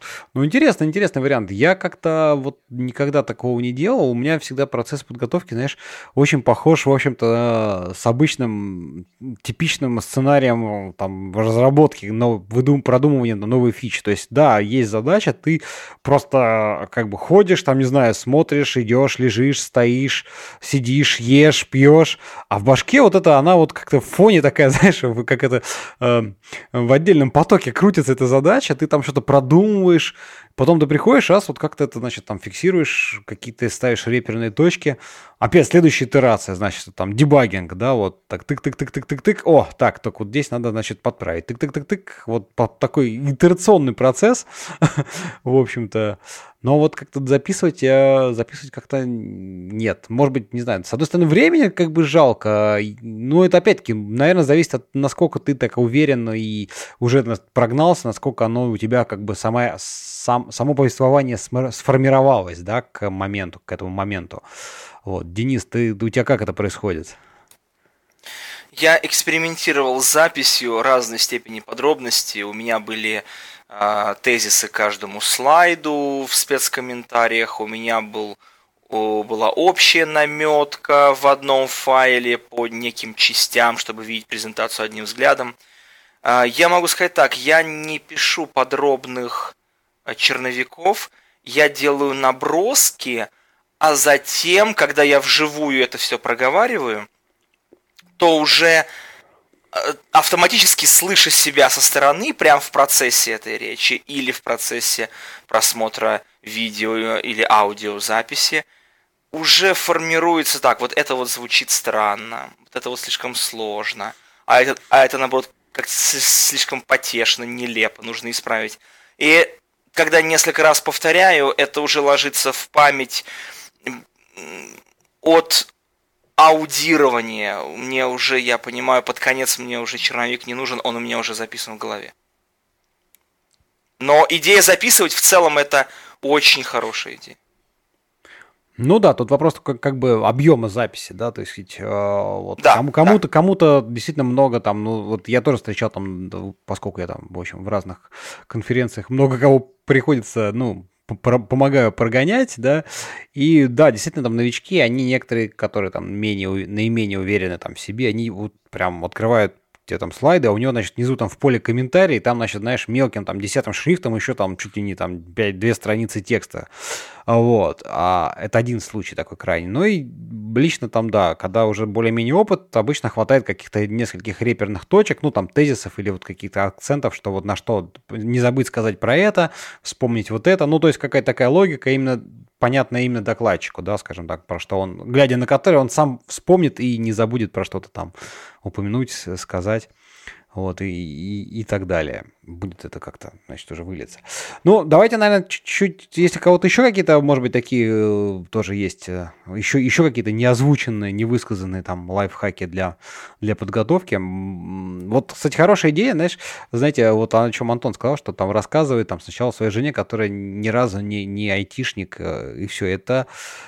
Ну, интересный, интересный вариант. Я как-то вот никогда такого не делал. У меня всегда процесс подготовки, знаешь, очень похож, в общем-то, с обычным типичным сценарием там разработки, но выдум, продумывания на новые фичи. То есть, да, есть задача, ты просто как бы ходишь, там, не знаю, смотришь, идешь, лежишь, стоишь, сидишь, ешь, пьешь, а в башке вот это, она вот как-то в фоне такая, знаешь, как это э, в отдельном потоке крутится эта задача, ты там что-то продумываешь, потом ты приходишь, раз вот как-то это, значит, там фиксируешь, какие-то ставишь реперные точки. Опять следующая итерация, значит, там дебагинг, да, вот так тык-тык-тык-тык-тык-тык. О, так, так вот здесь надо, значит, подправить. Тык-тык-тык-тык. Вот такой итерационный процесс, в общем-то. Но вот как-то записывать, я записывать как-то нет. Может быть, не знаю, с одной стороны, времени как бы жалко. Ну, это опять-таки, наверное, зависит от насколько ты так уверен и уже прогнался, насколько оно у тебя как бы сама, сам, само повествование сформировалось, да, к моменту, к этому моменту. Вот. Денис, ты, у тебя как это происходит? Я экспериментировал с записью разной степени подробности. У меня были э, тезисы каждому слайду в спецкомментариях. У меня был, о, была общая наметка в одном файле по неким частям, чтобы видеть презентацию одним взглядом. Э, я могу сказать так, я не пишу подробных черновиков, я делаю наброски, а затем, когда я вживую это все проговариваю, то уже автоматически слыша себя со стороны, прямо в процессе этой речи или в процессе просмотра видео или аудиозаписи, уже формируется так, вот это вот звучит странно, вот это вот слишком сложно, а это, а это наоборот, как-то слишком потешно, нелепо, нужно исправить. И когда несколько раз повторяю, это уже ложится в память от аудирования. Мне уже, я понимаю, под конец мне уже черновик не нужен, он у меня уже записан в голове. Но идея записывать в целом это очень хорошая идея. Ну да, тут вопрос как, как бы объема записи, да, то есть э, вот да, кому, кому-то, да. кому-то действительно много там, ну вот я тоже встречал там, поскольку я там, в общем, в разных конференциях много кого приходится, ну, помогаю прогонять, да, и да, действительно там новички, они некоторые, которые там менее, наименее уверены там в себе, они вот прям открывают те там слайды, а у него, значит, внизу там в поле комментарии, там, значит, знаешь, мелким там десятым шрифтом еще там чуть ли не там пять-две страницы текста, вот, а это один случай такой крайний, ну и лично там, да, когда уже более-менее опыт, обычно хватает каких-то нескольких реперных точек, ну там тезисов или вот каких-то акцентов, что вот на что не забыть сказать про это, вспомнить вот это, ну то есть какая-то такая логика именно понятно именно докладчику, да, скажем так, про что он, глядя на который, он сам вспомнит и не забудет про что-то там упомянуть, сказать, вот, и, и, и так далее. Будет это как-то, значит, уже выльется. Ну, давайте, наверное, чуть-чуть, если у кого-то еще какие-то, может быть, такие тоже есть, еще, еще какие-то неозвученные, невысказанные там лайфхаки для, для подготовки. Вот, кстати, хорошая идея, знаешь, знаете, вот о чем Антон сказал, что там рассказывает там сначала своей жене, которая ни разу не, не айтишник, и все это...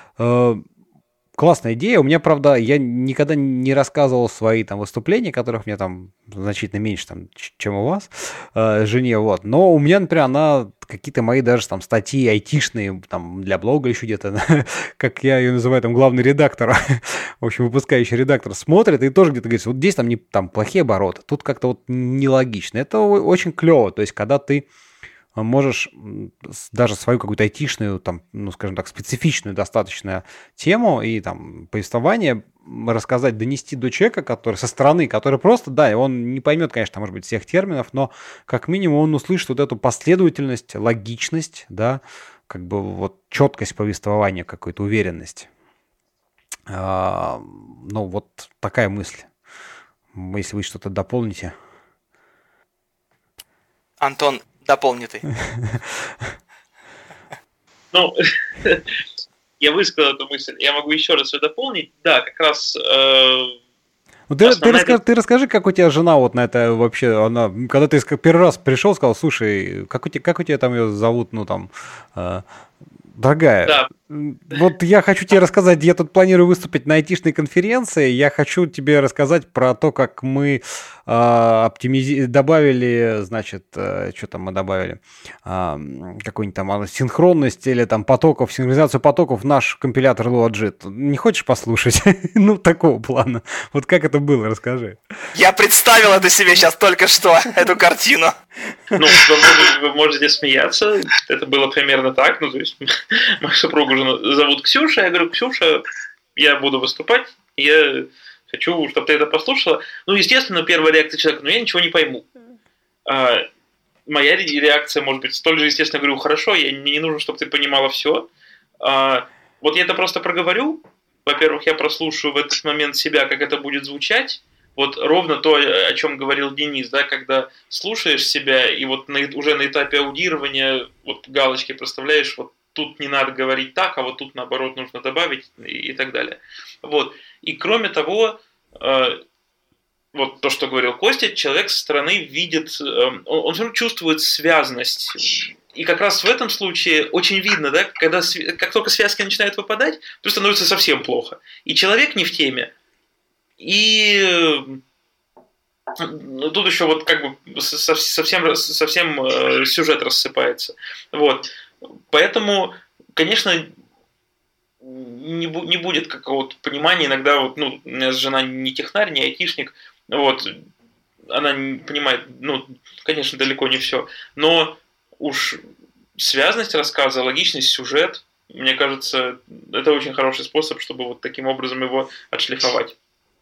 Классная идея. У меня, правда, я никогда не рассказывал свои там выступления, которых у меня там значительно меньше, там, чем у вас, э, жене, вот. Но у меня, например, она какие-то мои даже там статьи айтишные, там, для блога еще где-то, как я ее называю, там, главный редактор, в общем, выпускающий редактор, смотрит и тоже где-то говорит, вот здесь там не там плохие обороты, тут как-то вот нелогично. Это очень клево, то есть, когда ты можешь даже свою какую-то айтишную, там, ну, скажем так, специфичную достаточно тему и там повествование рассказать, донести до человека, который со стороны, который просто, да, он не поймет, конечно, может быть, всех терминов, но как минимум он услышит вот эту последовательность, логичность, да, как бы вот четкость повествования, какую-то уверенность. А, ну, вот такая мысль. Если вы что-то дополните. Антон, дополни ты. Ну, я высказал эту мысль. Я могу еще раз ее дополнить. Да, как раз... Э, ну, ты, ты, расскажи, ты расскажи, как у тебя жена вот на это вообще, она, когда ты первый раз пришел, сказал, слушай, как у тебя, как у тебя там ее зовут, ну там, э, дорогая, да. Вот я хочу тебе рассказать, я тут планирую выступить на айтишной конференции, я хочу тебе рассказать про то, как мы э, оптимизи... добавили, значит, э, что там мы добавили, э, какую-нибудь там синхронность или там потоков, синхронизацию потоков в наш компилятор Loadjit. Не хочешь послушать? Ну, такого плана. Вот как это было, расскажи. Я представил это себе сейчас только что, эту картину. Ну, вы можете, вы можете смеяться, это было примерно так, ну, то есть, мою супругу зовут Ксюша, я говорю, Ксюша, я буду выступать, я хочу, чтобы ты это послушала. Ну, естественно, первая реакция человека, ну, я ничего не пойму. А моя реакция может быть столь же, естественно, говорю, хорошо, я, мне не нужно, чтобы ты понимала все. А, вот я это просто проговорю. Во-первых, я прослушаю в этот момент себя, как это будет звучать. Вот ровно то, о чем говорил Денис, да, когда слушаешь себя и вот на, уже на этапе аудирования вот галочки проставляешь, вот тут не надо говорить так, а вот тут наоборот нужно добавить и, и так далее. Вот. И кроме того, э, вот то, что говорил Костя, человек со стороны видит, э, он, он чувствует связность. И как раз в этом случае очень видно, да, когда как только связки начинают выпадать, то становится совсем плохо. И человек не в теме. И тут еще вот как бы совсем, совсем сюжет рассыпается. Вот. Поэтому, конечно, не, бу- не будет какого-то понимания. Иногда вот, ну, у меня жена не технарь, не айтишник. Вот. Она не понимает, ну, конечно, далеко не все. Но уж связность рассказа, логичность, сюжет, мне кажется, это очень хороший способ, чтобы вот таким образом его отшлифовать.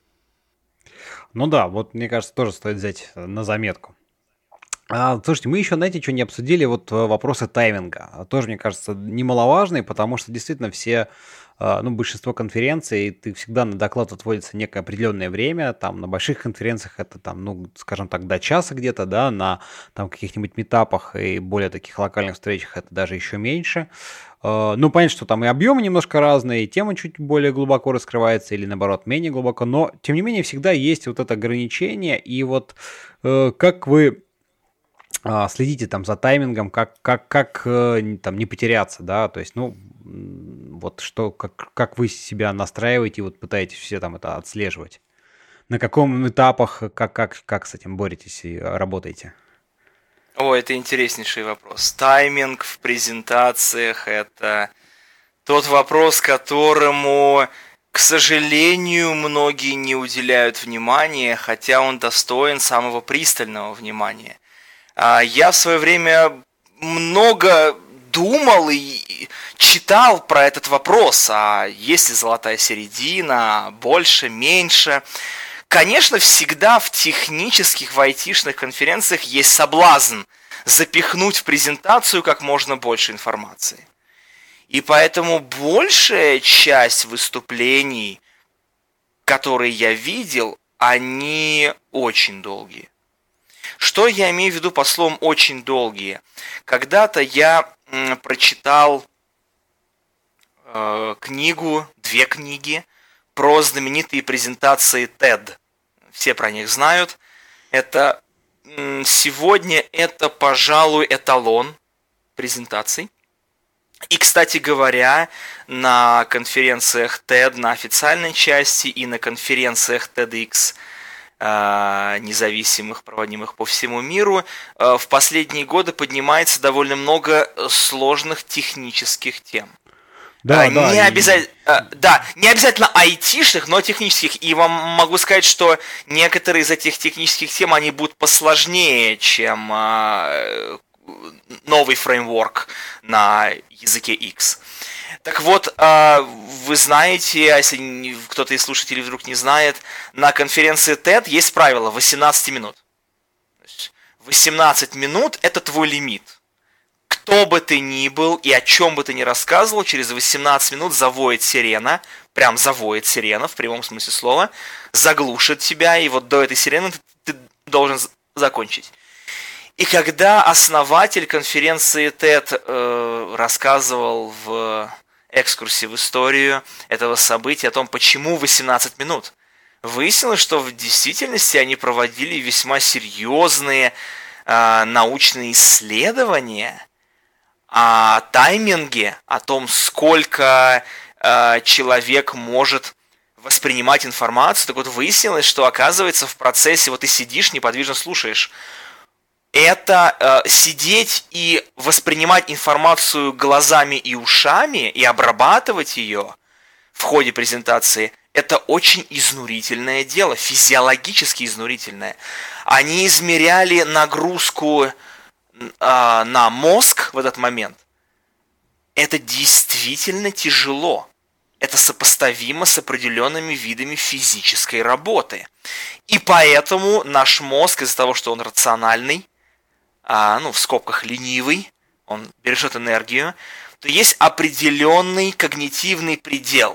Ну да, вот мне кажется, тоже стоит взять на заметку. А, слушайте, мы еще, знаете, что не обсудили, вот вопросы тайминга. Тоже, мне кажется, немаловажный, потому что действительно все, ну, большинство конференций, ты всегда на доклад отводится некое определенное время, там на больших конференциях это там, ну, скажем так, до часа где-то, да, на там каких-нибудь митапах и более таких локальных встречах это даже еще меньше. Ну, понятно, что там и объемы немножко разные, и тема чуть более глубоко раскрывается, или наоборот, менее глубоко, но, тем не менее, всегда есть вот это ограничение, и вот э, как вы э, следите там за таймингом, как, как, как э, там не потеряться, да, то есть, ну, вот что, как, как вы себя настраиваете, вот пытаетесь все там это отслеживать, на каком этапах, как, как, как с этим боретесь и работаете? О, это интереснейший вопрос. Тайминг в презентациях – это тот вопрос, которому, к сожалению, многие не уделяют внимания, хотя он достоин самого пристального внимания. Я в свое время много думал и читал про этот вопрос, а есть ли золотая середина, больше, меньше. Конечно, всегда в технических, в айтишных конференциях есть соблазн запихнуть в презентацию как можно больше информации. И поэтому большая часть выступлений, которые я видел, они очень долгие. Что я имею в виду под словом «очень долгие»? Когда-то я м, прочитал э, книгу, две книги про знаменитые презентации тед. Все про них знают. Это сегодня это, пожалуй, эталон презентаций. И, кстати говоря, на конференциях тед на официальной части и на конференциях TEDx независимых, проводимых по всему миру, в последние годы поднимается довольно много сложных технических тем. Да, не да, обязательно, и... да, не обязательно айтишных, но технических. И вам могу сказать, что некоторые из этих технических тем, они будут посложнее, чем э, новый фреймворк на языке X. Так вот, э, вы знаете, если кто-то из слушателей вдруг не знает, на конференции тед есть правило восемнадцать минут. восемнадцать минут – это твой лимит. Кто бы ты ни был и о чем бы ты ни рассказывал, через восемнадцать минут завоет сирена, прям завоет сирена в прямом смысле слова, заглушит тебя, и вот до этой сирены ты, ты должен закончить. И когда основатель конференции тед э, рассказывал в экскурсе в историю этого события о том, почему восемнадцать минут, выяснилось, что в действительности они проводили весьма серьезные э, научные исследования о тайминге, о том, сколько э, человек может воспринимать информацию. Так вот, выяснилось, что, оказывается, в процессе, вот ты сидишь, неподвижно слушаешь, это э, сидеть и воспринимать информацию глазами и ушами, и обрабатывать ее в ходе презентации, это очень изнурительное дело, физиологически изнурительное. Они измеряли нагрузку э, на мозг в этот момент. Это действительно тяжело. Это сопоставимо с определенными видами физической работы. И поэтому наш мозг, из-за того, что он рациональный, а, ну, в скобках ленивый, он бережет энергию, то есть определенный когнитивный предел.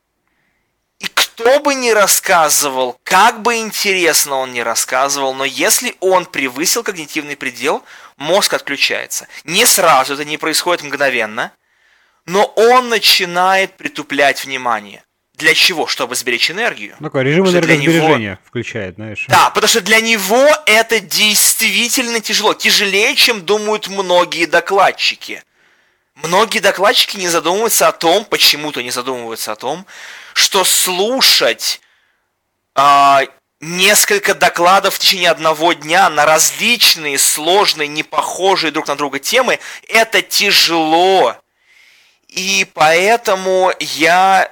И кто бы ни рассказывал, как бы интересно он ни рассказывал, но если он превысил когнитивный предел, мозг отключается. Не сразу, это не происходит мгновенно, но он начинает притуплять внимание. Для чего? Чтобы сберечь энергию. Такой режим энергосбережения него... включает, знаешь. Да, потому что для него это действительно тяжело. Тяжелее, чем думают многие докладчики. Многие докладчики не задумываются о том, почему-то не задумываются о том, что слушать э, несколько докладов в течение одного дня на различные, сложные, не похожие друг на друга темы, это тяжело. И поэтому я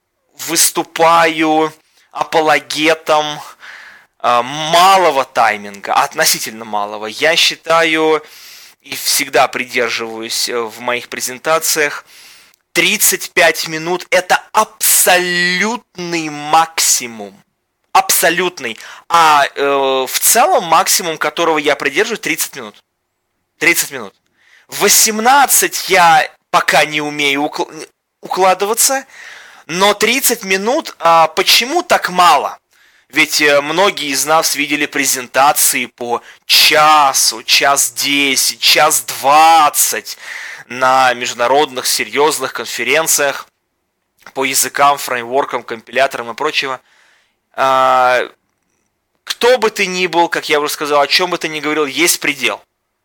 выступаю апологетом э, малого тайминга, относительно малого. Я считаю и всегда придерживаюсь в моих презентациях, тридцать пять минут это абсолютный максимум. Абсолютный. А э, в целом максимум, которого я придерживаюсь, тридцать минут. тридцать минут. восемнадцать я пока не умею укл- укладываться, но тридцать минут, а почему так мало? Ведь многие из нас видели презентации по часу, час десять, час двадцать на международных серьезных конференциях по языкам, фреймворкам, компиляторам и прочего. Кто бы ты ни был, как я уже сказал, о чем бы ты ни говорил, есть предел.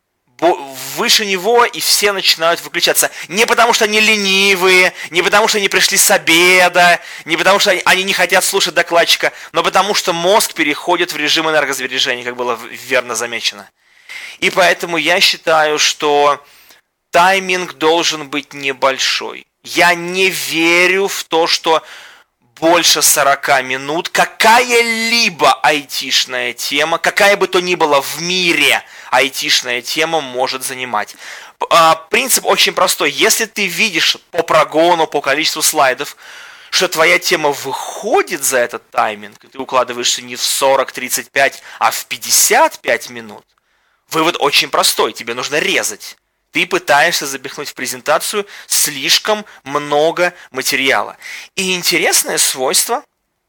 Выше него и все начинают выключаться. Не потому, что они ленивые, не потому, что они пришли с обеда, не потому, что они не хотят слушать докладчика, но потому, что мозг переходит в режим энергосбережения, как было верно замечено. И поэтому я считаю, что тайминг должен быть небольшой. Я не верю в то, что больше сорока минут какая-либо айтишная тема, какая бы то ни была в мире айтишная тема может занимать. Принцип очень простой. Если ты видишь по прогону, по количеству слайдов, что твоя тема выходит за этот тайминг, и ты укладываешься не в сорок тридцать пять, а в пятьдесят пять минут, вывод очень простой. Тебе нужно резать. Ты пытаешься запихнуть в презентацию слишком много материала. И интересное свойство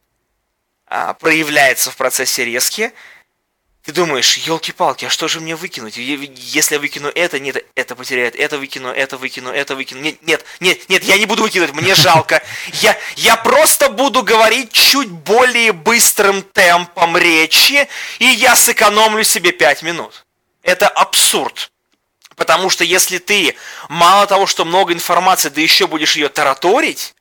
а, проявляется в процессе резки. Ты думаешь, елки-палки, а что же мне выкинуть? Если я выкину это, нет, это потеряет, это выкину, это выкину, это выкину. Нет, нет, нет, нет, я не буду выкидывать, мне жалко. Я, я просто буду говорить чуть более быстрым темпом речи, и я сэкономлю себе пять минут. Это абсурд. Потому что если ты мало того, что много информации, да еще будешь ее тараторить,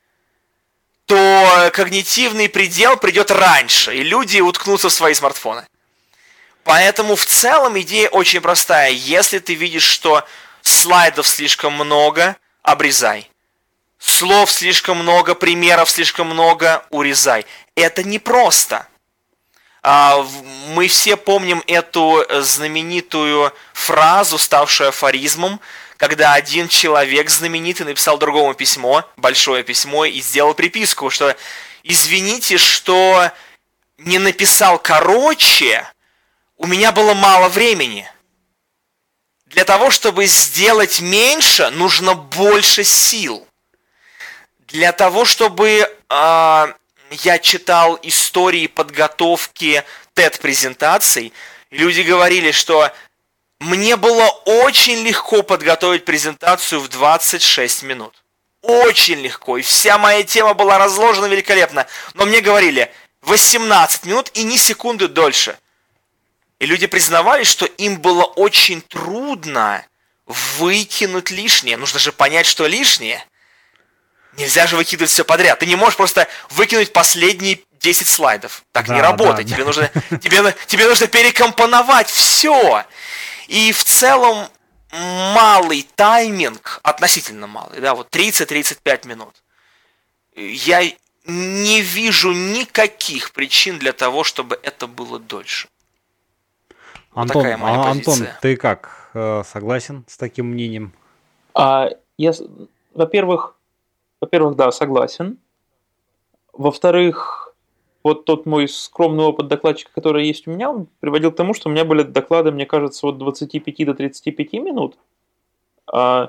то когнитивный предел придет раньше, и люди уткнутся в свои смартфоны. Поэтому в целом идея очень простая. Если ты видишь, что слайдов слишком много, обрезай. Слов слишком много, примеров слишком много, урезай. Это непросто. Мы все помним эту знаменитую фразу, ставшую афоризмом, когда один человек знаменитый написал другому письмо, большое письмо, и сделал приписку, что «Извините, что не написал короче, у меня было мало времени. Для того, чтобы сделать меньше, нужно больше сил. Для того, чтобы... Э, я читал истории подготовки тед-презентаций, люди говорили, что мне было очень легко подготовить презентацию в двадцать шесть минут. Очень легко. И вся моя тема была разложена великолепно. Но мне говорили восемнадцать минут и ни секунды дольше. И люди признавали, что им было очень трудно выкинуть лишнее. Нужно же понять, что лишнее. Нельзя же выкидывать все подряд. Ты не можешь просто выкинуть последние десять слайдов. Так да, не работает. Да, тебе, да. Нужно, тебе, тебе нужно перекомпоновать все. И в целом малый тайминг, относительно малый, да, вот тридцать-тридцать пять минут. Я не вижу никаких причин для того, чтобы это было дольше. Антон, вот такая моя а, Антон, ты как, согласен с таким мнением? А, я, во-первых, во-первых, да, согласен. Во-вторых, вот тот мой скромный опыт докладчика, который есть у меня, он приводил к тому, что у меня были доклады, мне кажется, от двадцати пяти до тридцати пяти минут. А,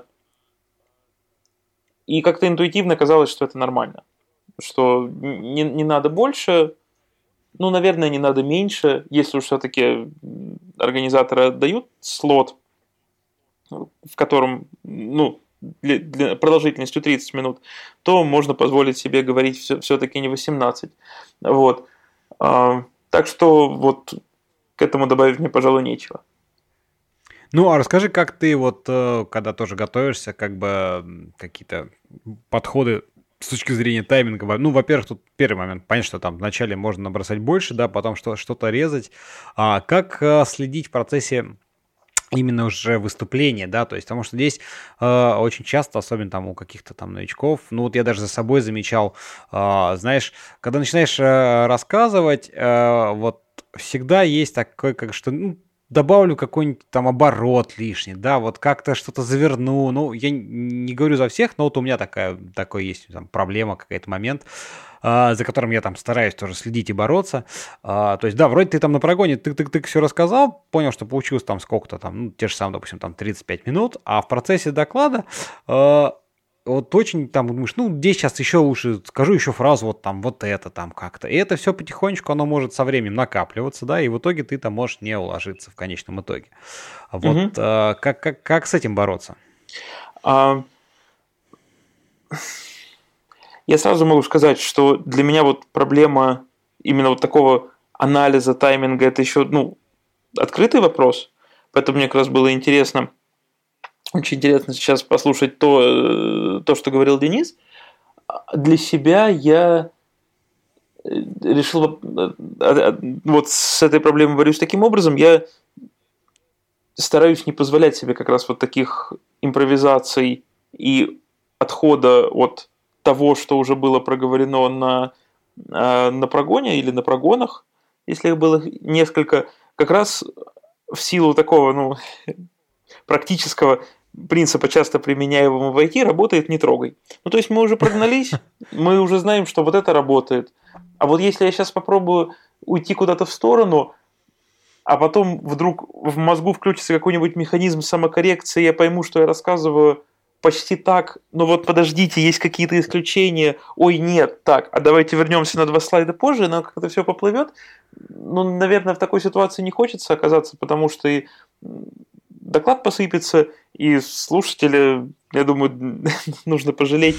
и как-то интуитивно казалось, что это нормально. Что не, не надо больше, ну, наверное, не надо меньше, если уж все-таки организаторы отдают слот, в котором, ну, для, для продолжительностью тридцать минут, то можно позволить себе говорить все, все-таки не восемнадцать. Вот. А, так что вот к этому добавить мне, пожалуй, нечего. Ну, а расскажи, как ты вот, когда тоже готовишься, как бы какие-то подходы с точки зрения тайминга. Ну, во-первых, тут первый момент. Понятно, что там вначале можно набросать больше, да, потом что- что-то резать. А как а, следить в процессе именно уже выступления, да, то есть, потому что здесь э, очень часто, особенно там у каких-то там новичков, ну вот я даже за собой замечал, э, знаешь, когда начинаешь э, рассказывать, э, вот всегда есть такой, как что, ну, добавлю какой-нибудь там оборот лишний, да, вот как-то что-то заверну, ну, я не говорю за всех, но вот у меня такая, такой есть там проблема, какой-то момент, Uh, за которым я там стараюсь тоже следить и бороться. Uh, то есть, да, вроде ты там на прогоне тык-тык-тык все рассказал, понял, что получилось там сколько-то там, ну, те же самые, допустим, там тридцать пять минут, а в процессе доклада uh, вот очень там думаешь, ну, здесь сейчас еще лучше скажу еще фразу вот там, вот это там как-то. И это все потихонечку, оно может со временем накапливаться, да, и в итоге ты там можешь не уложиться в конечном итоге. Вот угу. uh, как, как, как с этим бороться? А... Я сразу могу сказать, что для меня вот проблема именно вот такого анализа тайминга, это еще, ну, открытый вопрос. Поэтому мне как раз было интересно, очень интересно сейчас послушать то, то что говорил Денис. Для себя я решил, вот с этой проблемой борюсь таким образом, я стараюсь не позволять себе как раз вот таких импровизаций и отхода от того, что уже было проговорено на, на прогоне или на прогонах, если их было несколько, как раз в силу такого, ну, практического принципа, часто применяемого в ай ти, работает «не трогай». Ну, то есть мы уже прогнались, мы уже знаем, что вот это работает. А вот если я сейчас попробую уйти куда-то в сторону, а потом вдруг в мозгу включится какой-нибудь механизм самокоррекции, я пойму, что я рассказываю почти так, но вот подождите, есть какие-то исключения, ой, нет, так, а давайте вернемся на два слайда позже, но как это все поплывет. Ну, наверное, в такой ситуации не хочется оказаться, потому что и доклад посыпется, и слушателя, я думаю, нужно пожалеть,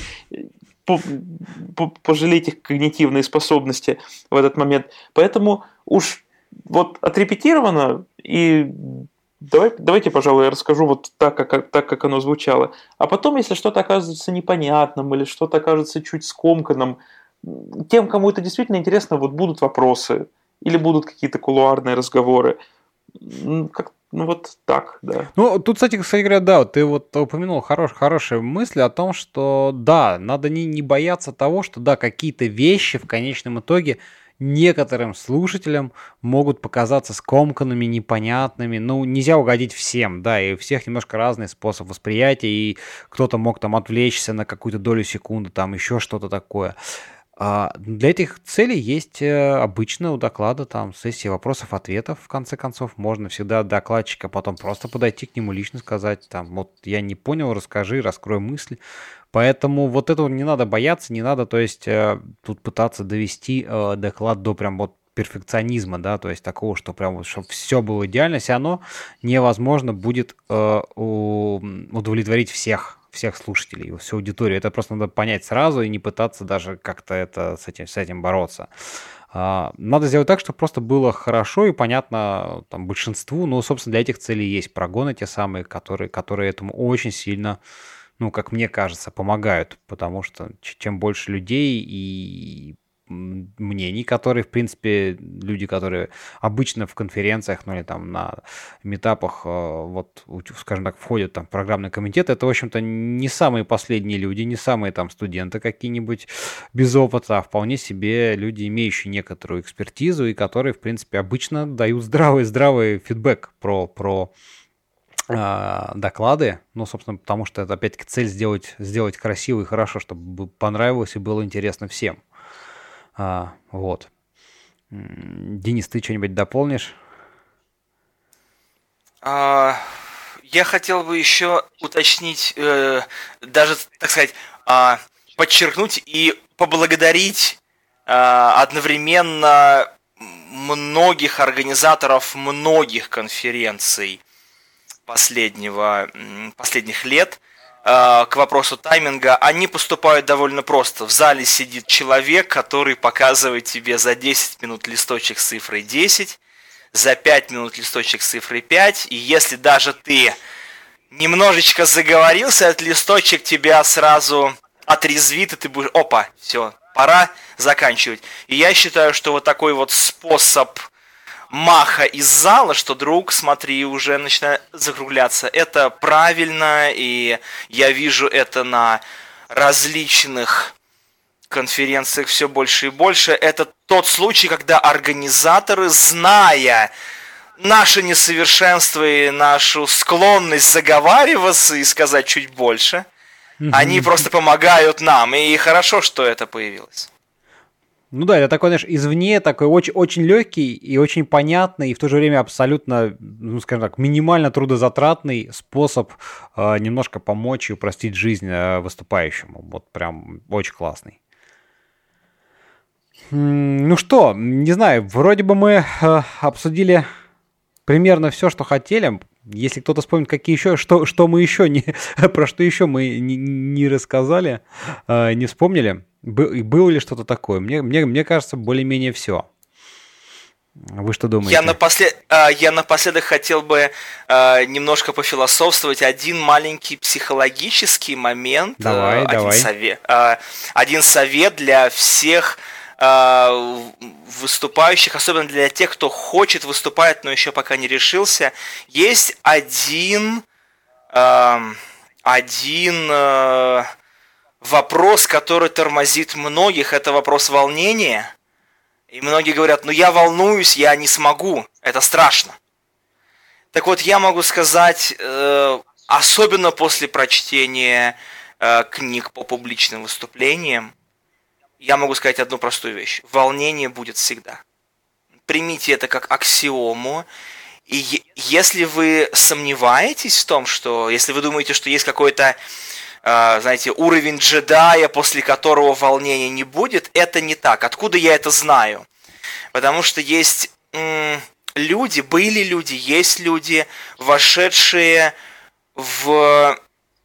пожалеть их когнитивные способности в этот момент. Поэтому уж вот отрепетировано, и Давай, давайте, пожалуй, я расскажу вот так как, так, как оно звучало. А потом, если что-то окажется непонятным или что-то окажется чуть скомканным, тем, кому это действительно интересно, вот будут вопросы или будут какие-то кулуарные разговоры. Как, ну вот так, да. Ну, тут, кстати, кстати говоря, да, вот ты вот упомянул хорош, хорошие мысли о том, что да, надо не, не бояться того, что да, какие-то вещи в конечном итоге некоторым слушателям могут показаться скомканными, непонятными. Ну, нельзя угодить всем, да, и у всех немножко разный способ восприятия, и кто-то мог там отвлечься на какую-то долю секунды, там еще что-то такое. А для этих целей есть обычно у доклада там сессия вопросов-ответов, в конце концов. Можно всегда докладчика потом просто подойти к нему, лично сказать, там, вот я не понял, расскажи, раскрой мысль. Поэтому вот этого не надо бояться, не надо, то есть, э, тут пытаться довести э, доклад до прям вот перфекционизма, да, то есть такого, что прям вот, чтобы все было идеально, все равно невозможно будет э, у, удовлетворить всех, всех слушателей, всю аудиторию. Это просто надо понять сразу и не пытаться даже как-то это, с, этим, с этим бороться. Надо сделать так, чтобы просто было хорошо и понятно там, большинству. Ну, собственно, для этих целей есть прогоны те самые, которые, которые этому очень сильно, ну, как мне кажется, помогают. Потому что чем больше людей и мнений, которые, в принципе, люди, которые обычно в конференциях, ну или там на митапах, вот, скажем так, входят там в программный комитет, это, в общем-то, не самые последние люди, не самые там студенты какие-нибудь без опыта, а вполне себе люди, имеющие некоторую экспертизу и которые, в принципе, обычно дают здравый-здравый фидбэк про, про э, доклады, ну, собственно, потому что это, опять-таки, цель сделать, сделать красиво и хорошо, чтобы понравилось и было интересно всем. А, вот. Денис, ты что-нибудь дополнишь? А, я хотел бы еще уточнить, э, даже, так сказать, э, подчеркнуть и поблагодарить э, одновременно многих организаторов многих конференций последнего, последних лет. К вопросу тайминга, они поступают довольно просто. В зале сидит человек, который показывает тебе за десять минут листочек с цифрой десять, за пять минут листочек с цифрой пять, и если даже ты немножечко заговорился, этот листочек тебя сразу отрезвит, и ты будешь, опа, все, пора заканчивать. И я считаю, что вот такой вот способ маха из зала, что друг, смотри, уже начинает закругляться. Это правильно, и я вижу это на различных конференциях все больше и больше. Это тот случай, когда организаторы, зная наше несовершенство и нашу склонность заговариваться и сказать чуть больше, они просто помогают нам, и хорошо, что это появилось. Ну да, это такой, знаешь, извне, такой очень, очень легкий и очень понятный, и в то же время абсолютно, ну, скажем так, минимально трудозатратный способ э, немножко помочь и упростить жизнь э, выступающему. Вот прям очень классный. Ну что, не знаю, вроде бы мы э, обсудили примерно все, что хотели. Если кто-то вспомнит, какие еще, что, что мы еще не, про что еще мы не, не рассказали, э, не вспомнили. Было ли что-то такое? Мне, мне, мне кажется, более-менее все. Вы что думаете? Я, напослед... Я напоследок хотел бы немножко пофилософствовать. Один маленький психологический момент. Давай, один давай. Совет, один совет для всех выступающих, особенно для тех, кто хочет выступать, но еще пока не решился. Есть один... Один... Вопрос, который тормозит многих, это вопрос волнения. И многие говорят, ну я волнуюсь, я не смогу, это страшно. Так вот, я могу сказать, особенно после прочтения книг по публичным выступлениям, я могу сказать одну простую вещь. Волнение будет всегда. Примите это как аксиому. И если вы сомневаетесь в том, что, если вы думаете, что есть какой-то знаете, уровень джедая, после которого волнения не будет, это не так. Откуда я это знаю? Потому что есть м- люди, были люди, есть люди, вошедшие в,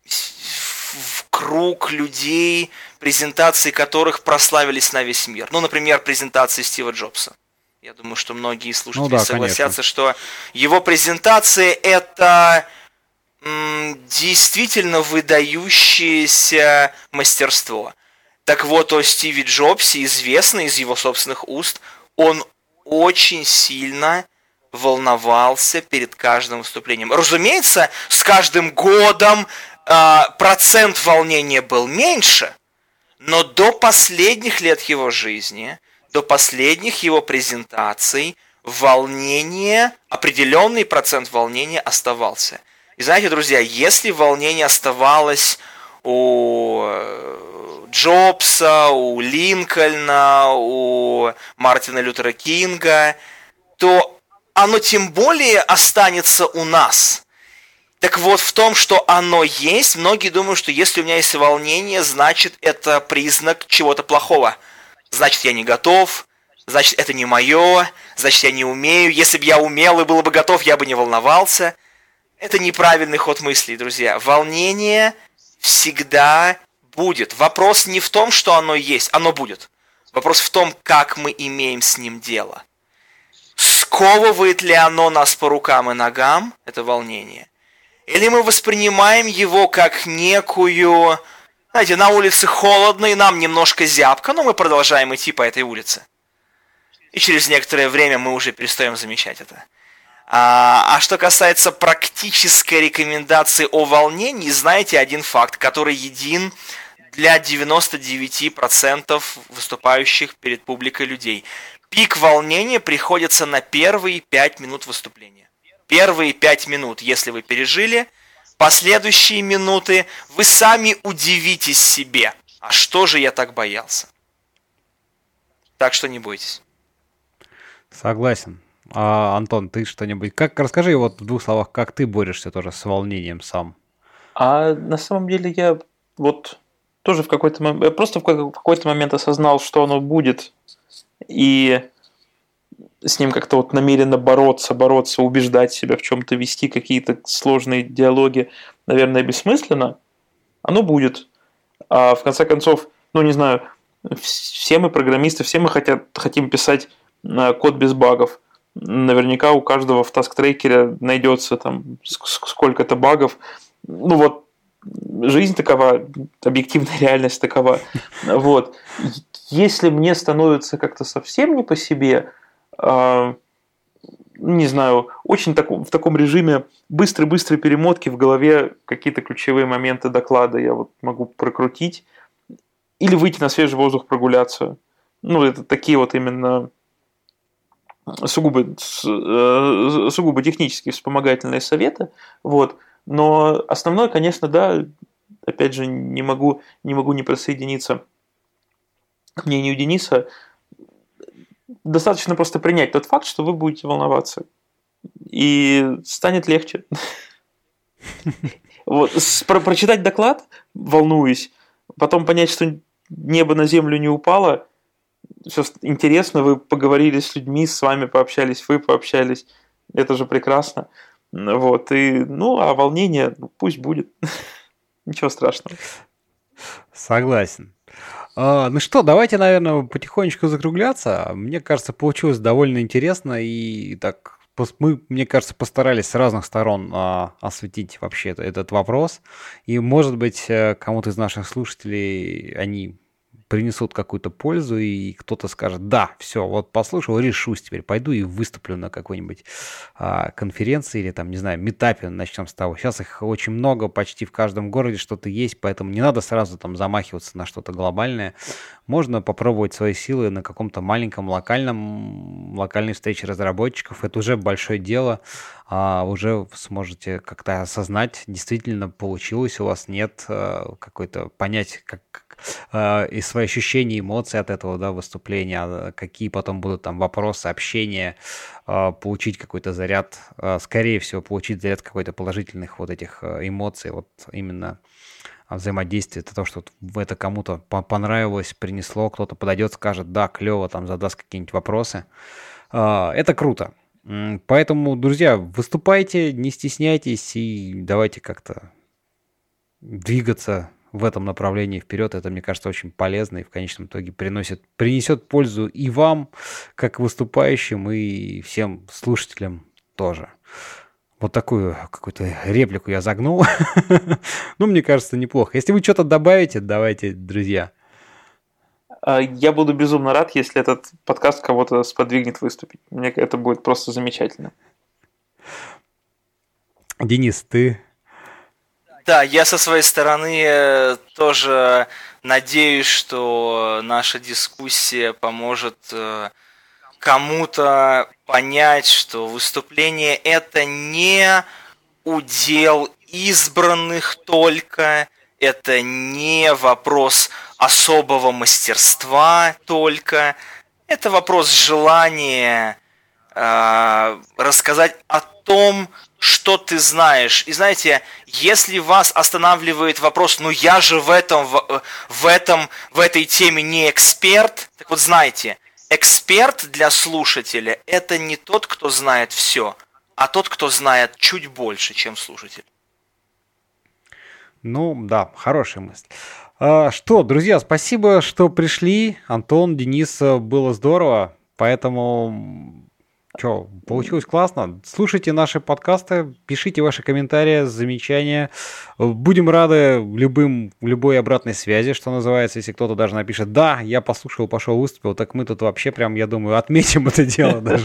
в круг людей, презентации которых прославились на весь мир. Ну, например, презентации Стива Джобса. Я думаю, что многие слушатели ну да, согласятся, конечно. Что его презентации это... действительно выдающееся мастерство. Так вот, о Стиве Джобсе известно из его собственных уст, он очень сильно волновался перед каждым выступлением. Разумеется, с каждым годом э, процент волнения был меньше, но до последних лет его жизни, до последних его презентаций, волнение, определенный процент волнения оставался. И знаете, друзья, если волнение оставалось у Джобса, у Линкольна, у Мартина Лютера Кинга, то оно тем более останется у нас. Так вот, в том, что оно есть, многие думают, что если у меня есть волнение, значит, это признак чего-то плохого. Значит, я не готов, значит, это не мое, значит, я не умею. Если бы я умел и был бы готов, я бы не волновался. Это неправильный ход мыслей, друзья. Волнение всегда будет. Вопрос не в том, что оно есть, оно будет. Вопрос в том, как мы имеем с ним дело. Сковывает ли оно нас по рукам и ногам, это волнение? Или мы воспринимаем его как некую... Знаете, на улице холодно и нам немножко зябко, но мы продолжаем идти по этой улице. И через некоторое время мы уже перестаем замечать это. А, а что касается практической рекомендации о волнении, знаете один факт, который един для девяноста девяти процентов выступающих перед публикой людей. Пик волнения приходится на первые пять минут выступления. Первые пять минут, если вы пережили, последующие минуты вы сами удивитесь себе. А что же я так боялся? Так что не бойтесь. Согласен. А, Антон, ты что-нибудь... Как, расскажи вот в двух словах, как ты борешься тоже с волнением сам. А на самом деле я вот тоже в какой-то момент... Я просто в какой-то момент осознал, что оно будет. И с ним как-то вот намеренно бороться, бороться, убеждать себя в чем-то, вести какие-то сложные диалоги, наверное, бессмысленно. Оно будет. А в конце концов, ну не знаю, все мы программисты, все мы хотят, хотим писать код без багов. Наверняка у каждого в таск-трекере найдется там сколько-то багов. Ну вот, жизнь такова, объективная реальность такова. Вот. Если мне становится как-то совсем не по себе, э, не знаю, очень так, в таком режиме быстрой-быстрой перемотки в голове какие-то ключевые моменты доклада я вот могу прокрутить или выйти на свежий воздух прогуляться. Ну, это такие вот именно сугубо, сугубо технические вспомогательные советы. Вот. Но основное, конечно, да, опять же, не могу не, могу не присоединиться к мнению Дениса. Достаточно просто принять тот факт, что вы будете волноваться. И станет легче. Вот. Про- прочитать доклад, волнуюсь, потом понять, что небо на землю не упало, все интересно, вы поговорили с людьми, с вами пообщались, вы пообщались, это же прекрасно. Вот, и, ну, а волнение, ну, пусть будет. Ничего страшного. Согласен. А, ну что, давайте, наверное, потихонечку закругляться. Мне кажется, получилось довольно интересно и так... Мы, мне кажется, постарались с разных сторон а, осветить вообще этот вопрос. И, может быть, кому-то из наших слушателей они принесут какую-то пользу, и кто-то скажет: да, все, вот послушал, решусь теперь, пойду и выступлю на какой-нибудь а, конференции или там, не знаю, митапе, начнем с того. Сейчас их очень много, почти в каждом городе что-то есть, поэтому не надо сразу там замахиваться на что-то глобальное. Можно попробовать свои силы на каком-то маленьком локальном, локальной встрече разработчиков. Это уже большое дело. А, уже сможете как-то осознать, действительно получилось у вас, нет, а, какой-то понять, как и свои ощущения, эмоции от этого, да, выступления, какие потом будут там вопросы, общения, получить какой-то заряд, скорее всего, получить заряд какой-то положительных вот этих эмоций, вот именно взаимодействие, это то, что это кому-то понравилось, принесло, кто-то подойдет, скажет: да, клево, там задаст какие-нибудь вопросы. Это круто. Поэтому, друзья, выступайте, не стесняйтесь и давайте как-то двигаться в этом направлении вперед. Это, мне кажется, очень полезно и в конечном итоге приносит, принесет пользу и вам, как выступающим, и всем слушателям тоже. Вот такую какую-то реплику я загнул. Ну, мне кажется, неплохо. Если вы что-то добавите, давайте, друзья. Я буду безумно рад, если этот подкаст кого-то сподвигнет выступить. Мне это будет просто замечательно. Денис, ты... Да, я со своей стороны тоже надеюсь, что наша дискуссия поможет кому-то понять, что выступление – это не удел избранных только, это не вопрос особого мастерства только, это вопрос желания э, рассказать о том, что ты знаешь. И знаете, если вас останавливает вопрос: ну я же в этом, в, в этом, в этой теме не эксперт, так вот знайте, эксперт для слушателя – это не тот, кто знает все, а тот, кто знает чуть больше, чем слушатель. Ну, да, хорошая мысль. А, что, друзья, спасибо, что пришли. Антон, Денис, было здорово. Поэтому, что, получилось классно. Слушайте наши подкасты, пишите ваши комментарии, замечания. Будем рады любым, любой обратной связи, что называется. Если кто-то даже напишет: да, я послушал, пошел, выступил, так мы тут вообще прям, я думаю, отметим это дело даже.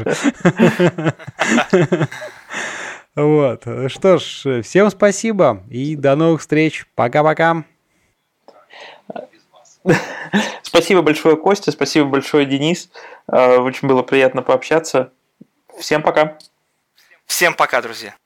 Вот. Что ж, всем спасибо и до новых встреч. Пока-пока. Спасибо большое, Костя, спасибо большое, Денис. Очень было приятно пообщаться. Всем пока. Всем пока, друзья.